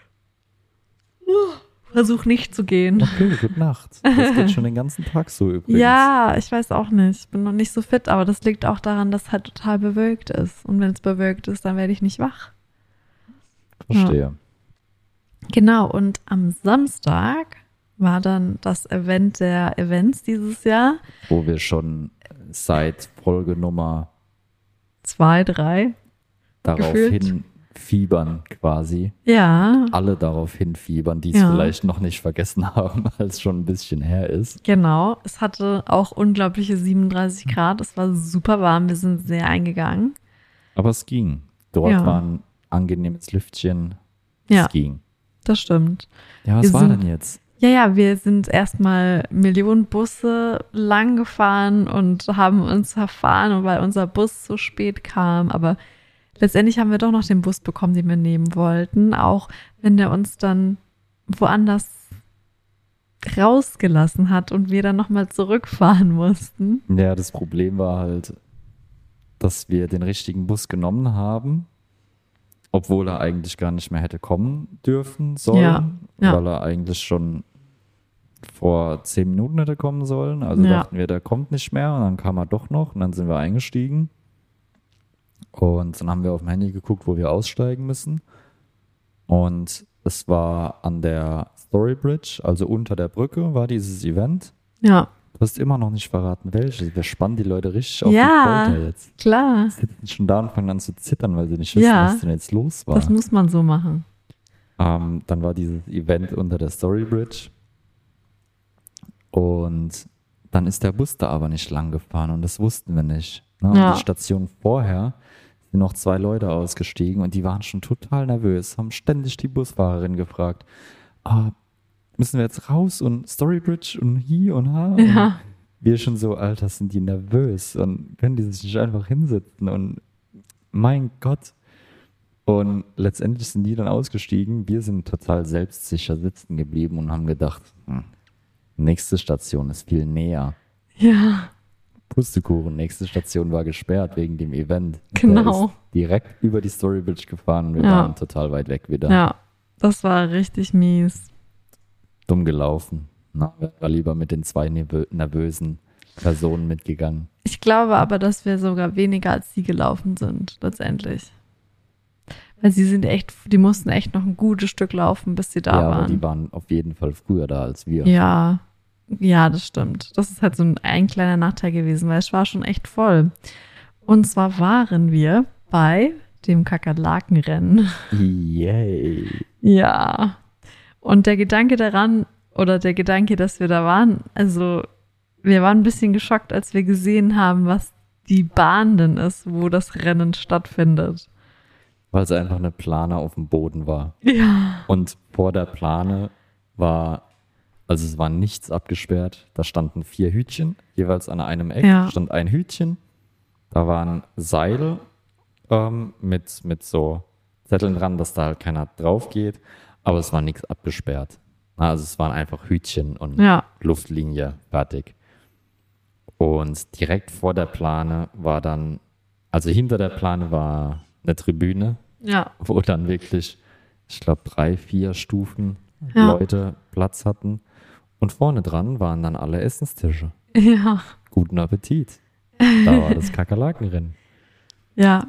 versuche nicht zu gehen. Okay, gute Nacht. Das geht schon den ganzen Tag so übrigens. Ja, ich weiß auch nicht. Ich bin noch nicht so fit, aber das liegt auch daran, dass halt total bewölkt ist. Und wenn es bewölkt ist, dann werde ich nicht wach. Verstehe. Ja. Genau, und am Samstag war dann das Event der Events dieses Jahr. Wo wir schon seit Folge Nummer 2, 3. darauf Gefühlt. hinfiebern quasi. Ja, Alle darauf hinfiebern, die es Ja. vielleicht noch nicht vergessen haben, weil es schon ein bisschen her ist. genau. Es hatte auch unglaubliche 37 Grad. Es war super warm. Wir sind sehr eingegangen. Aber es ging. Dort Ja. war ein angenehmes Lüftchen. Ja. Es ging. Das stimmt. Ja, was Wir war sind- denn jetzt? Ja, wir sind erstmal Millionen Busse lang gefahren und haben uns verfahren, und weil unser Bus so spät kam. Aber letztendlich haben wir doch noch den Bus bekommen, den wir nehmen wollten, auch wenn der uns dann woanders rausgelassen hat und wir dann nochmal zurückfahren mussten. Ja, das Problem war halt, dass wir den richtigen Bus genommen haben, obwohl er eigentlich gar nicht mehr hätte kommen dürfen sollen, Ja. weil er eigentlich schon vor 10 Minuten hätte kommen sollen. Also Ja. dachten wir, der kommt nicht mehr und dann kam er doch noch und dann sind wir eingestiegen. Und dann haben wir auf dem Handy geguckt, wo wir aussteigen müssen. Und es war an der Story Bridge, also unter der Brücke, war dieses Event. Ja, Du hast immer noch nicht verraten, welches. Wir spannen die Leute richtig auf Ja. die Folter jetzt. klar. Sie sitzen schon da und fangen an zu zittern, weil sie nicht wissen, Ja. was denn jetzt los war. Das muss man so machen. Dann war dieses Event unter der Story Bridge. Und dann ist der Bus da aber nicht lang gefahren und das wussten wir nicht. Ne? Und Ja. die Station vorher sind noch 2 Leute ausgestiegen und die waren schon total nervös, haben ständig die Busfahrerin gefragt, müssen wir jetzt raus und Story Bridge und hier und ha? Ja. Und wir schon so, Alter, sind die nervös und können die sich nicht einfach hinsetzen und mein Gott. Und letztendlich sind die dann ausgestiegen. Wir sind total selbstsicher sitzen geblieben und haben gedacht, nächste Station ist viel näher. Ja, Pustekuchen, nächste Station war gesperrt wegen dem Event. genau. Der ist direkt über die Story Bridge gefahren und wir Ja. waren total weit weg wieder. Ja, das war richtig mies. Dumm gelaufen. Na, war lieber mit den zwei nervösen Personen mitgegangen. Ich glaube aber, dass wir sogar weniger als sie gelaufen sind, letztendlich. Weil die mussten echt noch ein gutes Stück laufen, bis sie da Ja, aber waren. die waren auf jeden Fall früher da als wir. Ja, das stimmt. Das ist halt so ein kleiner Nachteil gewesen, weil es war schon echt voll. Und zwar waren wir bei dem Kakerlakenrennen. Yay. Ja. Und der Gedanke daran, oder der Gedanke, dass wir da waren, also wir waren ein bisschen geschockt, als wir gesehen haben, was die Bahn denn ist, wo das Rennen stattfindet. Weil es einfach eine Plane auf dem Boden war. Ja. Und vor der Plane also es war nichts abgesperrt. Da standen 4 Hütchen, jeweils an einem Eck stand ein Hütchen. Da waren Seile mit so Zetteln dran, dass da halt keiner drauf geht. Aber es war nichts abgesperrt. Also es waren einfach Hütchen und Luftlinie, fertig. Und direkt vor der Plane war dann, also hinter der Plane war eine Tribüne, wo dann wirklich, ich glaube, 3, 4 Stufen Leute Platz hatten. Und vorne dran waren dann alle Essenstische. Ja. Guten Appetit. Da war das Kakerlakenrennen. Ja.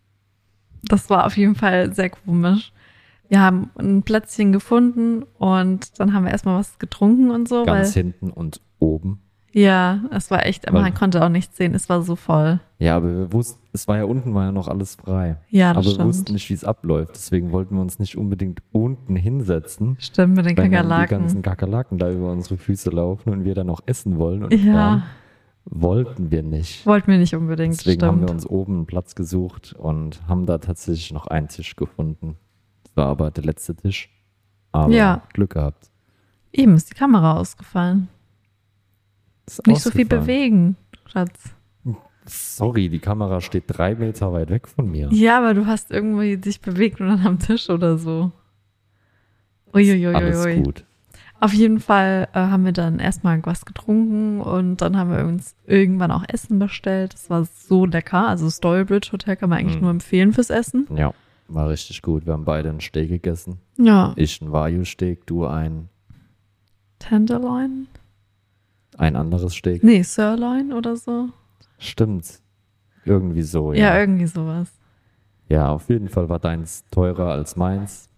Das war auf jeden Fall sehr komisch. Wir haben ein Plätzchen gefunden und dann haben wir erstmal was getrunken und so. Ganz hinten und oben. Ja, es war echt, man konnte auch nichts sehen, es war so voll. Ja, aber wir wussten, es war ja unten, war ja noch alles frei. Ja, das aber stimmt. Wir wussten nicht, wie es abläuft. Deswegen wollten wir uns nicht unbedingt unten hinsetzen. Stimmt, mit den wenn dann Kakerlaken. die ganzen Kakerlaken da über unsere Füße laufen und wir dann noch essen wollen. Und fahren, wollten wir nicht. Wollten wir nicht unbedingt, Deswegen stimmt. haben wir uns oben einen Platz gesucht und haben da tatsächlich noch einen Tisch gefunden. Das war aber der letzte Tisch. Aber Glück gehabt. Eben ist die Kamera ausgefallen. Ist nicht so viel ausgefallen. bewegen, Schatz. Sorry, die Kamera steht 3 Meter weit weg von mir. Ja, aber du hast irgendwie dich bewegt und dann am Tisch oder so. Uiuiuiui. Alles gut. Auf jeden Fall haben wir dann erstmal was getrunken und dann haben wir uns irgendwann auch Essen bestellt. Das war so lecker. Also Stourbridge Hotel kann man eigentlich nur empfehlen fürs Essen. Ja, war richtig gut. Wir haben beide einen Steak gegessen. Ja. Ich ein Wagyu-Steak, du ein Tenderloin? Ein anderes Steak. Nee, Sirloin oder so. Stimmt. Irgendwie so, Ja, irgendwie sowas. Ja, auf jeden Fall war deins teurer als meins.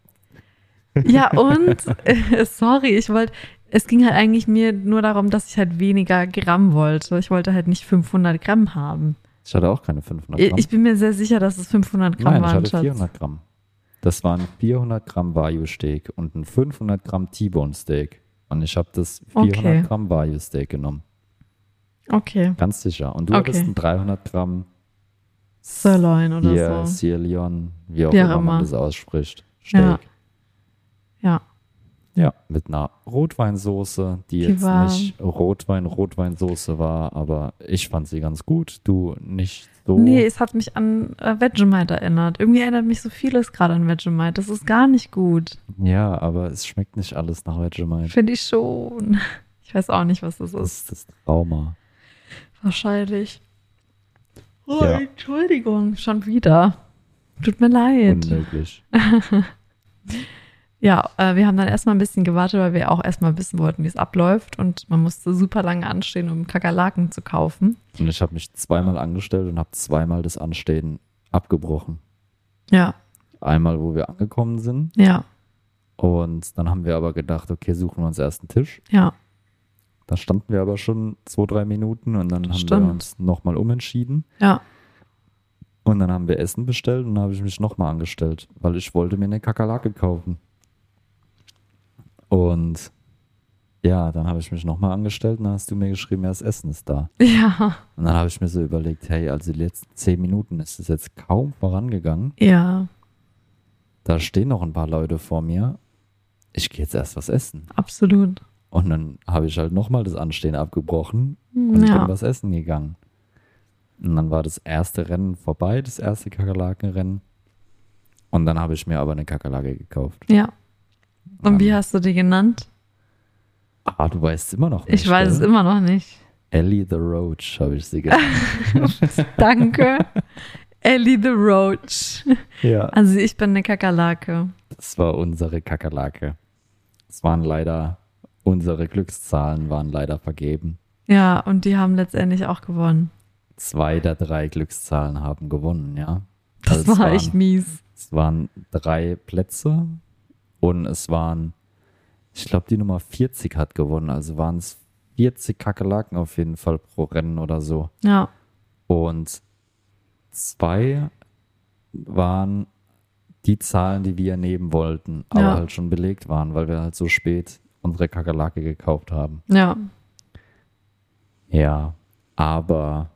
Ja, und, sorry, es ging halt eigentlich mir nur darum, dass ich halt weniger Gramm wollte. Ich wollte halt nicht 500 Gramm haben. Ich hatte auch keine 500 Gramm. Ich bin mir sehr sicher, dass es 500 Gramm Nein, waren, ich hatte 400 Gramm. Das waren 400 Gramm Wagyu-Steak und ein 500 Gramm T-Bone-Steak. Und ich habe das 400 Gramm Wagyu-Steak genommen. Okay. Ganz sicher. Und du hattest ein 300 Gramm Sirloin oder so. Sirloin, wie auch immer man das ausspricht. Steak. Ja. Ja, mit einer Rotweinsoße, die jetzt nicht Rotweinsoße war, aber ich fand sie ganz gut. Du nicht so. Nee, es hat mich an Vegemite erinnert. Irgendwie erinnert mich so vieles gerade an Vegemite. Das ist gar nicht gut. Ja, aber es schmeckt nicht alles nach Vegemite. Finde ich schon. Ich weiß auch nicht, was das ist. Das ist das Trauma. Wahrscheinlich. Oh, ja. Entschuldigung, schon wieder. Tut mir leid. Unmöglich. Ja, wir haben dann erstmal ein bisschen gewartet, weil wir auch erstmal wissen wollten, wie es abläuft. Und man musste super lange anstehen, um Kakerlaken zu kaufen. Und ich habe mich zweimal angestellt und habe zweimal das Anstehen abgebrochen. Ja. Einmal, wo wir angekommen sind. Ja. Und dann haben wir aber gedacht, okay, suchen wir uns erst einen Tisch. Ja. Da standen wir aber schon 2-3 Minuten und dann haben wir uns nochmal umentschieden. Ja. Und dann haben wir Essen bestellt und dann habe ich mich nochmal angestellt, weil ich wollte mir eine Kakerlake kaufen. Und ja, dann habe ich mich nochmal angestellt und dann hast du mir geschrieben, ja, das Essen ist da. Ja. Und dann habe ich mir so überlegt, hey, also die letzten 10 Minuten ist es jetzt kaum vorangegangen. Ja. Da stehen noch ein paar Leute vor mir. Ich gehe jetzt erst was essen. Absolut. Und dann habe ich halt nochmal das Anstehen abgebrochen und bin was essen gegangen. Und dann war das erste Rennen vorbei, das erste Kakerlakenrennen. Und dann habe ich mir aber eine Kakerlake gekauft. Ja. Und wie hast du die genannt? Du weißt es immer noch nicht. Ich weiß es immer noch nicht. Ellie the Roach habe ich sie genannt. Danke. Ellie the Roach. Ja. Also ich bin eine Kakerlake. Das war unsere Kakerlake. Unsere Glückszahlen waren leider vergeben. Ja, und die haben letztendlich auch gewonnen. 2 der 3 Glückszahlen haben gewonnen, ja. Das war echt mies. Es waren 3 Plätze und ich glaube, die Nummer 40 hat gewonnen. Also waren es 40 Kakerlaken auf jeden Fall pro Rennen oder so. Ja. Und 2 waren die Zahlen, die wir nehmen wollten, aber halt schon belegt waren, weil wir halt so spät unsere Kakerlake gekauft haben. Ja. Ja, aber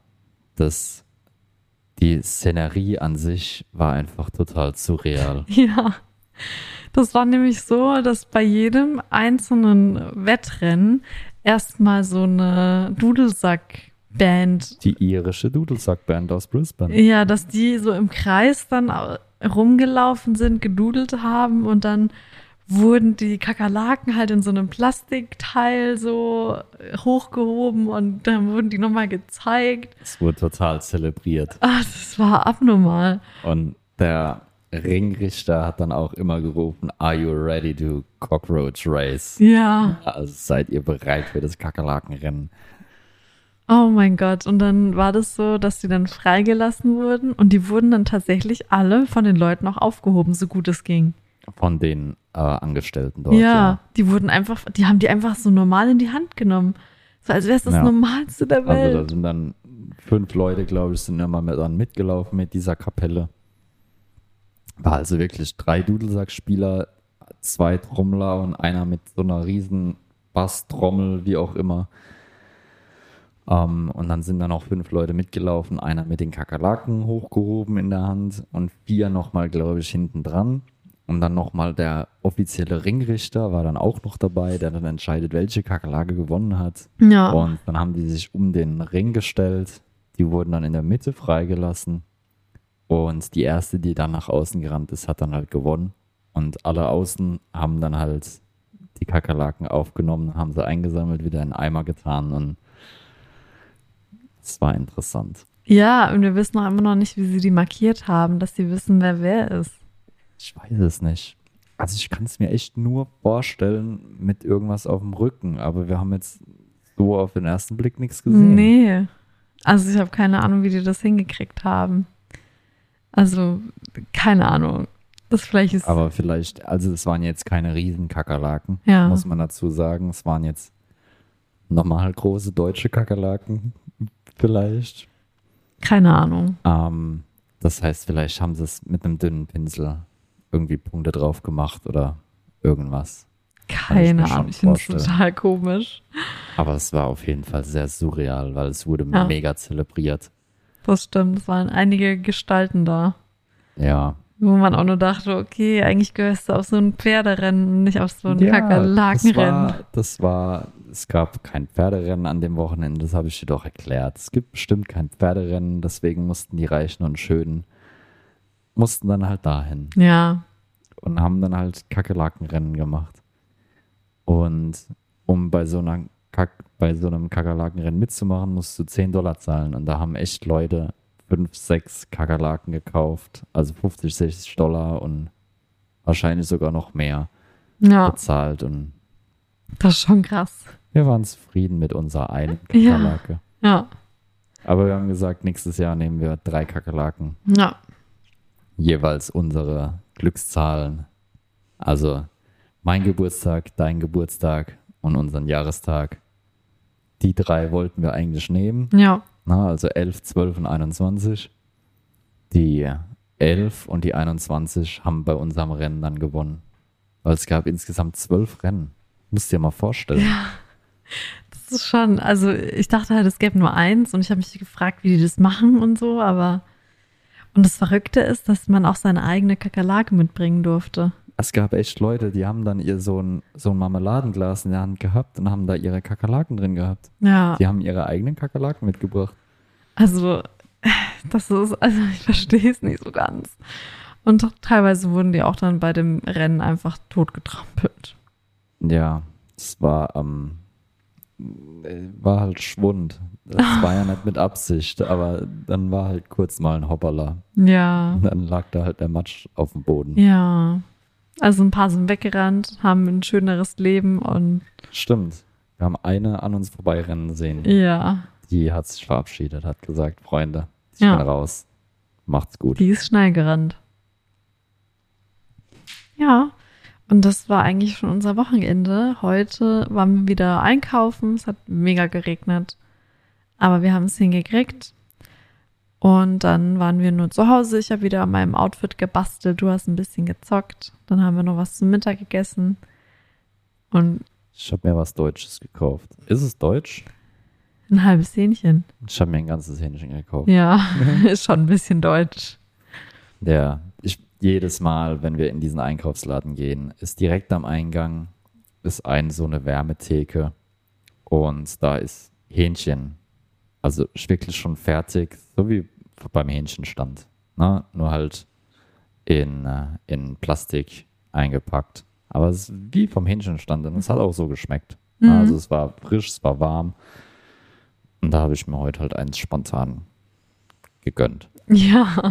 die Szenerie an sich war einfach total surreal. Ja. Das war nämlich so, dass bei jedem einzelnen Wettrennen erstmal so eine Dudelsack-Band. Die irische Dudelsack-Band aus Brisbane. Ja, dass die so im Kreis dann rumgelaufen sind, gedudelt haben und dann wurden die Kakerlaken halt in so einem Plastikteil so hochgehoben und dann wurden die nochmal gezeigt. Es wurde total zelebriert. Das war abnormal. Und der Ringrichter hat dann auch immer gerufen, "Are you ready to cockroach race?" Ja. Also seid ihr bereit für das Kakerlakenrennen? Oh mein Gott. Und dann war das so, dass die dann freigelassen wurden und die wurden dann tatsächlich alle von den Leuten auch aufgehoben, so gut es ging. Von den Angestellten dort. Ja, die haben die einfach so normal in die Hand genommen. So als wäre es das Normalste der Welt. Also da sind dann 5 Leute, glaube ich, sind immer dann mitgelaufen mit dieser Kapelle. War also wirklich 3 Dudelsackspieler, 2 Trommler und einer mit so einer riesen Basstrommel, wie auch immer. Und dann sind dann auch 5 Leute mitgelaufen, einer mit den Kakerlaken hochgehoben in der Hand und 4 nochmal, glaube ich, hinten dran. Und dann nochmal der offizielle Ringrichter war dann auch noch dabei, der dann entscheidet, welche Kakerlake gewonnen hat. Ja. Und dann haben die sich um den Ring gestellt. Die wurden dann in der Mitte freigelassen. Und die erste, die dann nach außen gerannt ist, hat dann halt gewonnen. Und alle außen haben dann halt die Kakerlaken aufgenommen, haben sie eingesammelt, wieder in den Eimer getan. Und es war interessant. Ja, und wir wissen auch immer noch nicht, wie sie die markiert haben, dass sie wissen, wer ist. Ich weiß es nicht. Also ich kann es mir echt nur vorstellen mit irgendwas auf dem Rücken, aber wir haben jetzt so auf den ersten Blick nichts gesehen. Nee. Also ich habe keine Ahnung, wie die das hingekriegt haben. Also, keine Ahnung. Aber vielleicht, also es waren jetzt keine Riesenkakerlaken, ja, muss man dazu sagen. Es waren jetzt normal große deutsche Kakerlaken, vielleicht. Keine Ahnung. Das heißt, vielleicht haben sie es mit einem dünnen Pinsel irgendwie Punkte drauf gemacht oder irgendwas. Keine Ahnung, ich finde es total komisch. Aber es war auf jeden Fall sehr surreal, weil es wurde mega zelebriert. Das stimmt, es waren einige Gestalten da. Ja. Wo man auch nur dachte, okay, eigentlich gehörst du auf so ein Pferderennen, nicht auf so ein Kakerlakenrennen. Es gab kein Pferderennen an dem Wochenende, das habe ich dir doch erklärt. Es gibt bestimmt kein Pferderennen, deswegen mussten die Reichen und Schönen dann halt dahin. Ja. Und haben dann halt Kakerlakenrennen gemacht. Und um bei so einem Kakerlakenrennen mitzumachen, musst du $10 zahlen. Und da haben echt Leute 5, 6 Kakerlaken gekauft, also $50, $60 und wahrscheinlich sogar noch mehr bezahlt. Und das ist schon krass. Wir waren zufrieden mit unserer einen Kakerlake. Ja. Aber wir haben gesagt, nächstes Jahr nehmen wir 3 Kakerlaken. Ja. Jeweils unsere Glückszahlen. Also mein Geburtstag, dein Geburtstag und unseren Jahrestag. Die 3 wollten wir eigentlich nehmen. Ja. Also 11, 12 und 21. Die 11 und die 21 haben bei unserem Rennen dann gewonnen. Weil es gab insgesamt 12 Rennen. Musst dir mal vorstellen. Ja, das ist schon, also ich dachte halt, es gäbe nur 1 und ich habe mich gefragt, wie die das machen und so, aber und das Verrückte ist, dass man auch seine eigene Kakerlake mitbringen durfte. Es gab echt Leute, die haben dann so ein Marmeladenglas in der Hand gehabt und haben da ihre Kakerlaken drin gehabt. Ja. Die haben ihre eigenen Kakerlaken mitgebracht. Also Das ist, also ich verstehe es nicht so ganz. Und teilweise wurden die auch dann bei dem Rennen einfach totgetrampelt. Ja, es war halt Schwund. Das war ja nicht mit Absicht, aber dann war halt kurz mal ein Hoppala. Ja, Und dann lag da halt der Matsch auf dem Boden. ja. Also ein paar sind weggerannt, haben ein schöneres Leben und Stimmt. Wir haben eine an uns vorbeirennen sehen. ja, Die hat sich verabschiedet, hat gesagt, Freunde, ich Ja. bin raus. Macht's gut. die ist schnell gerannt. Ja, und das war eigentlich schon unser Wochenende. Heute waren wir wieder einkaufen. Es hat mega geregnet. Aber wir haben es hingekriegt. Und dann waren wir nur zu Hause. Ich habe wieder an meinem Outfit gebastelt. Du hast ein bisschen gezockt. Dann haben wir noch was zum Mittag gegessen. Und Ich habe mir was Deutsches gekauft. Ist es deutsch? ein halbes Hähnchen. Ich habe mir ein ganzes Hähnchen gekauft. Ja, ist schon ein bisschen deutsch. Ja, jedes Mal, wenn wir in diesen Einkaufsladen gehen, ist direkt am Eingang ist so eine Wärmetheke und da ist Hähnchen. Also wirklich schon fertig, so wie beim Hähnchenstand. Ne? Nur halt in Plastik eingepackt. Aber es ist wie vom Hähnchenstand und es hat auch so geschmeckt. Mhm. Also es war frisch, es war warm. Und da habe ich mir heute halt eins spontan gegönnt. Ja.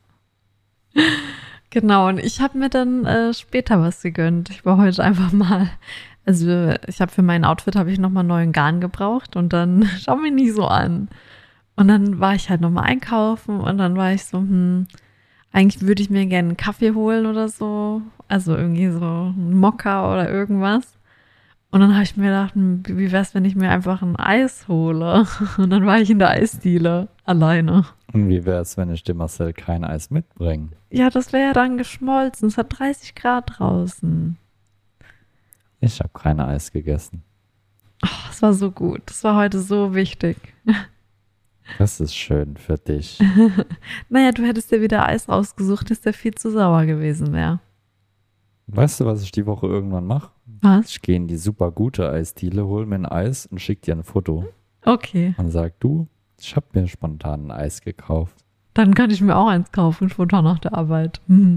Genau, und ich habe mir dann später was gegönnt. Ich war heute einfach mal, also ich habe für mein Outfit habe ich nochmal neuen Garn gebraucht und dann schau mich nicht so an. Und dann war ich halt nochmal einkaufen und dann war ich so, eigentlich würde ich mir gerne einen Kaffee holen oder so. Also irgendwie so einen Mokka oder irgendwas. Und dann habe ich mir gedacht, wie wär's, wenn ich mir einfach ein Eis hole? Und dann war ich in der Eisdiele alleine. Und wie wäre es, wenn ich dem Marcel kein Eis mitbringe? Ja, das wäre ja dann geschmolzen. Es hat 30 Grad draußen. Ich habe kein Eis gegessen. Oh, es war so gut. Das war heute so wichtig. Das ist schön für dich. Naja, du hättest dir wieder Eis rausgesucht, dass der viel zu sauer gewesen wäre. Weißt du, was ich die Woche irgendwann mache? Was? Ich gehe in die super gute Eisdiele, hol mir ein Eis und schick dir ein Foto. Okay. Und sag, du, ich habe mir spontan ein Eis gekauft. Dann kann ich mir auch eins kaufen, spontan nach der Arbeit.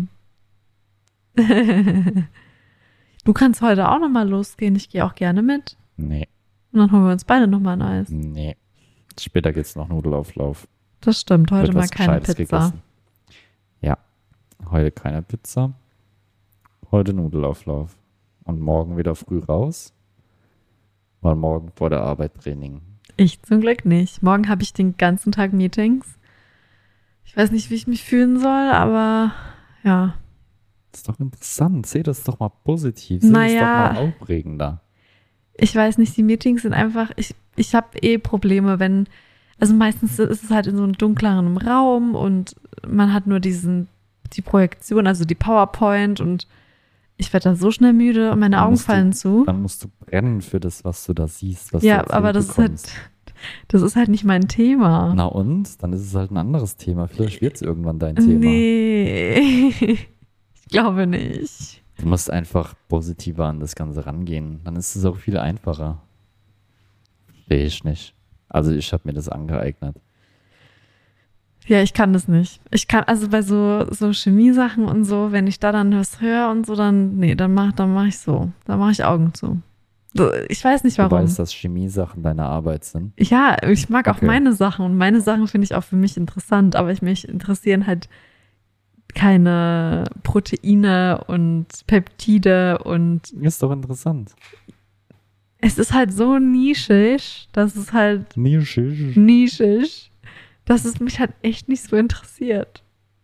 Du kannst heute auch nochmal losgehen. Ich gehe auch gerne mit. Nee, Und dann holen wir uns beide nochmal ein Eis. nee. Später geht's noch Nudelauflauf. Das stimmt. Heute Wird mal was keine Gescheites Pizza. gegessen. Ja, heute keine Pizza. Heute Nudelauflauf. Und morgen wieder früh raus. Weil morgen vor der Arbeit Training. Ich zum Glück nicht. Morgen habe ich den ganzen Tag Meetings. Ich weiß nicht, wie ich mich fühlen soll, aber ja. Das ist doch interessant. Seh das doch mal positiv. Seh Naja. das doch mal aufregender. Ich weiß nicht, die Meetings sind einfach, ich habe Probleme, also meistens ist es halt in so einem dunkleren Raum und man hat nur die Projektion, also die PowerPoint und ich werde da so schnell müde und meine Dann Augen musst du- fallen zu. Dann musst du brennen für das, was du da siehst. Was Ja, du aber erzählt bekommst. das ist halt nicht mein Thema. Na und? Dann ist es halt ein anderes Thema. Vielleicht wird es irgendwann dein Thema. Nee, ich glaube nicht. Du musst einfach positiver an das Ganze rangehen. Dann ist es auch viel einfacher. Verstehe ich nicht. Also ich habe mir das angeeignet. Ja, ich kann das nicht. Ich kann, also bei so Chemiesachen und so, wenn ich da dann was höre und so, dann mach ich so. Dann mache ich Augen zu. So, ich weiß nicht Du warum. weißt, dass Chemiesachen deine Arbeit sind. Ja, ich mag auch Okay. meine Sachen und meine Sachen finde ich auch für mich interessant, aber mich interessieren halt keine Proteine und Peptide und Ist doch interessant. es ist halt so nischig, dass es halt Nischig. nischig, dass es mich halt echt nicht so interessiert.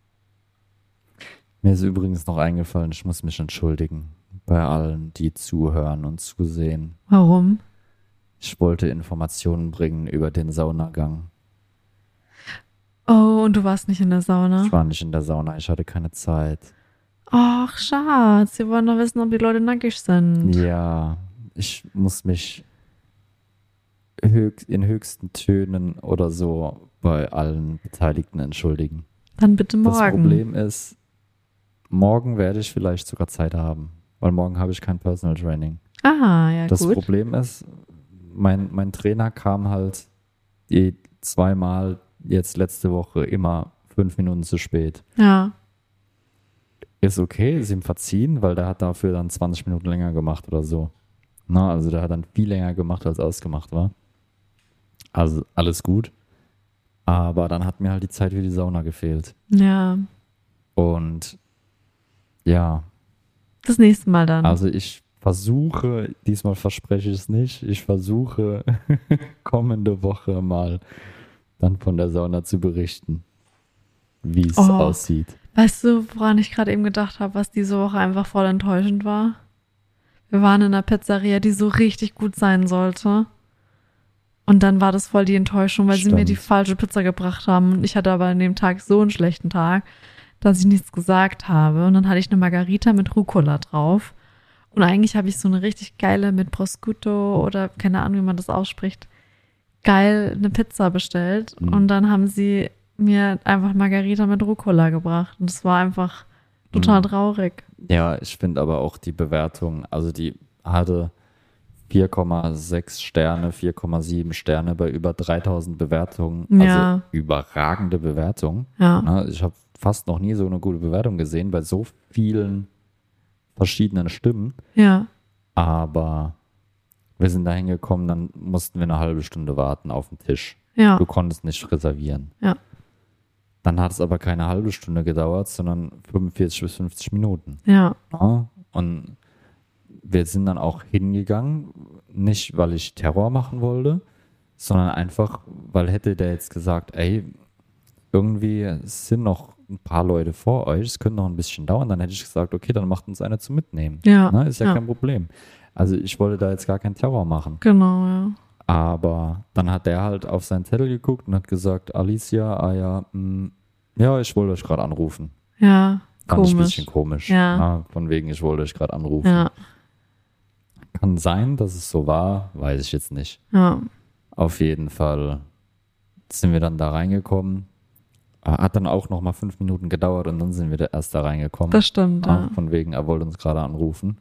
Mir ist übrigens noch eingefallen, ich muss mich entschuldigen bei allen, die zuhören und zusehen. Warum? Ich wollte Informationen bringen über den Saunagang. Oh, und du warst nicht in der Sauna? Ich war nicht in der Sauna, ich hatte keine Zeit. Ach, Schatz, wir wollen doch wissen, ob die Leute nackig sind. Ja, ich muss mich in höchsten Tönen oder so bei allen Beteiligten entschuldigen. Dann bitte morgen. Das Problem ist, morgen werde ich vielleicht sogar Zeit haben, weil morgen habe ich kein Personal Training. Ah, ja, Das gut. Problem ist, mein Trainer kam halt die zweimal jetzt letzte Woche immer 5 Minuten zu spät. Ja. Ist okay, ist ihm verziehen, weil der hat dafür dann 20 Minuten länger gemacht oder so. Na, also der hat dann viel länger gemacht, als ausgemacht war. Also alles gut. Aber dann hat mir halt die Zeit für die Sauna gefehlt. Ja. Und ja, Das nächste Mal dann. also ich versuche, diesmal verspreche ich es nicht, ich versuche kommende Woche mal dann von der Sauna zu berichten, wie es aussieht. Weißt du, woran ich gerade eben gedacht habe, was diese Woche einfach voll enttäuschend war? Wir waren in einer Pizzeria, die so richtig gut sein sollte. Und dann war das voll die Enttäuschung, weil sie mir die falsche Pizza gebracht haben. Und ich hatte aber an dem Tag so einen schlechten Tag, dass ich nichts gesagt habe. Und dann hatte ich eine Margarita mit Rucola drauf. Und eigentlich habe ich so eine richtig geile mit Prosciutto oder keine Ahnung, wie man das ausspricht, geil eine Pizza bestellt. Und dann haben sie mir einfach Margarita mit Rucola gebracht. Und das war einfach total traurig. Ja, ich finde aber auch die Bewertung, also die hatte 4,6 Sterne, 4,7 Sterne bei über 3000 Bewertungen. Ja. Also überragende Bewertung. Ja. Ich habe fast noch nie so eine gute Bewertung gesehen bei so vielen verschiedenen Stimmen. Ja. Aber wir sind da hingekommen, dann mussten wir eine halbe Stunde warten auf den Tisch. Ja. Du konntest nicht reservieren. Ja. Dann hat es aber keine halbe Stunde gedauert, sondern 45 bis 50 Minuten. Ja. Ja, und wir sind dann auch hingegangen, nicht weil ich Terror machen wollte, sondern einfach, weil hätte der jetzt gesagt, ey, irgendwie sind noch ein paar Leute vor euch, es könnte noch ein bisschen dauern, dann hätte ich gesagt, okay, dann macht uns einer zum Mitnehmen. Ja. Na, ist ja Ja. kein Problem. Also ich wollte da jetzt gar keinen Terror machen. Genau, ja. Aber dann hat der halt auf seinen Zettel geguckt und hat gesagt, Alicia, ja, ich wollte euch gerade anrufen. Ja. Fand ich ein Komisch. bisschen komisch. Ja. Na, von wegen, ich wollte euch gerade anrufen. Ja. Kann sein, dass es so war, weiß ich jetzt nicht. Ja. Auf jeden Fall sind wir dann da reingekommen. Hat dann auch noch mal 5 Minuten gedauert und dann sind wir da erst da reingekommen. Das stimmt, ja. Von wegen, er wollte uns gerade anrufen.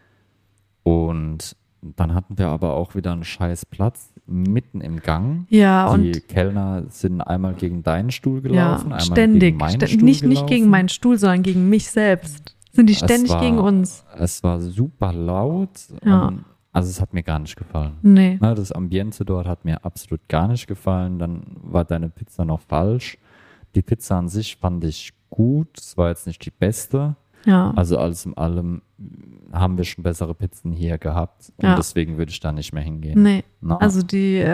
Und dann hatten wir aber auch wieder einen scheiß Platz mitten im Gang. Ja, Die und Kellner sind einmal gegen deinen Stuhl gelaufen, einmal ständig. gegen meinen Stuhl Nicht gelaufen. gegen meinen Stuhl, sondern gegen mich selbst. Sind die ständig gegen uns. Es war super laut. Ja. Also es hat mir gar nicht gefallen. Nee. Na, das Ambiente dort hat mir absolut gar nicht gefallen. Dann war deine Pizza noch falsch. Die Pizza an sich fand ich gut. Es war jetzt nicht die beste. Ja. Also alles in allem haben wir schon bessere Pizzen hier gehabt. Und Ja. deswegen würde ich da nicht mehr hingehen. Nee. Na, Also die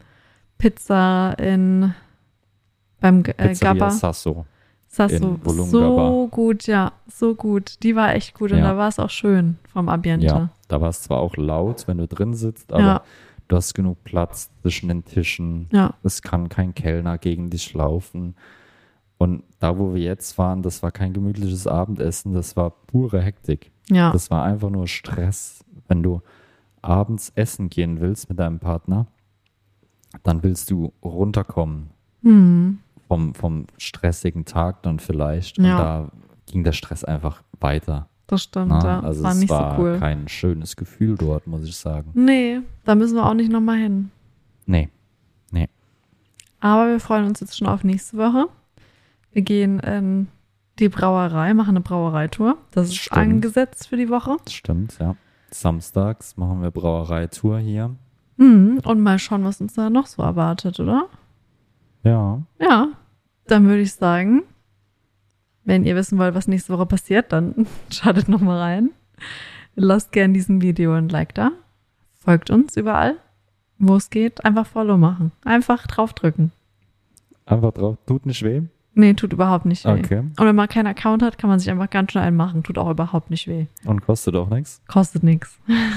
Pizza beim Pizzeria Gabba. Sasso. Sasso. in Wollongabba. So gut, ja. So gut. Die war echt gut und Ja. da war es auch schön vom Ambiente. Ja, da war es zwar auch laut, wenn du drin sitzt, aber Ja. du hast genug Platz zwischen den Tischen. Ja. Es kann kein Kellner gegen dich laufen. Und da, wo wir jetzt waren, das war kein gemütliches Abendessen, das war pure Hektik. Ja. Das war einfach nur Stress. Wenn du abends essen gehen willst mit deinem Partner, dann willst du runterkommen vom stressigen Tag dann vielleicht. Und Ja. da ging der Stress einfach weiter. Das stimmt, Na, ja. also war es nicht war so cool. kein schönes Gefühl dort, muss ich sagen. Nee, da müssen wir auch nicht nochmal hin. Nee. Aber wir freuen uns jetzt schon auf nächste Woche. Wir gehen in die Brauerei, machen eine Brauereitour. Das ist Stimmt. angesetzt für die Woche. Das stimmt, ja. Samstags machen wir Brauereitour hier. Und mal schauen, was uns da noch so erwartet, oder? Ja. Ja, dann würde ich sagen, wenn ihr wissen wollt, was nächste Woche passiert, dann schaltet nochmal rein. Lasst gerne diesem Video ein Like da. Folgt uns überall, wo es geht. Einfach Follow machen. Einfach draufdrücken. Einfach drauf. Tut nicht weh? Nee, tut überhaupt nicht weh. Okay. Und wenn man keinen Account hat, kann man sich einfach ganz schnell einen machen. Tut auch überhaupt nicht weh. Und kostet auch nichts? Kostet nichts.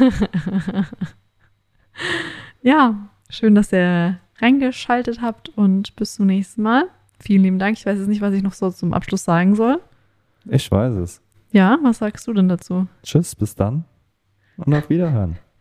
Ja, schön, dass ihr reingeschaltet habt und bis zum nächsten Mal. Vielen lieben Dank. Ich weiß jetzt nicht, was ich noch so zum Abschluss sagen soll. Ich weiß es. Ja, was sagst du denn dazu? Tschüss, bis dann. Und auf Wiederhören.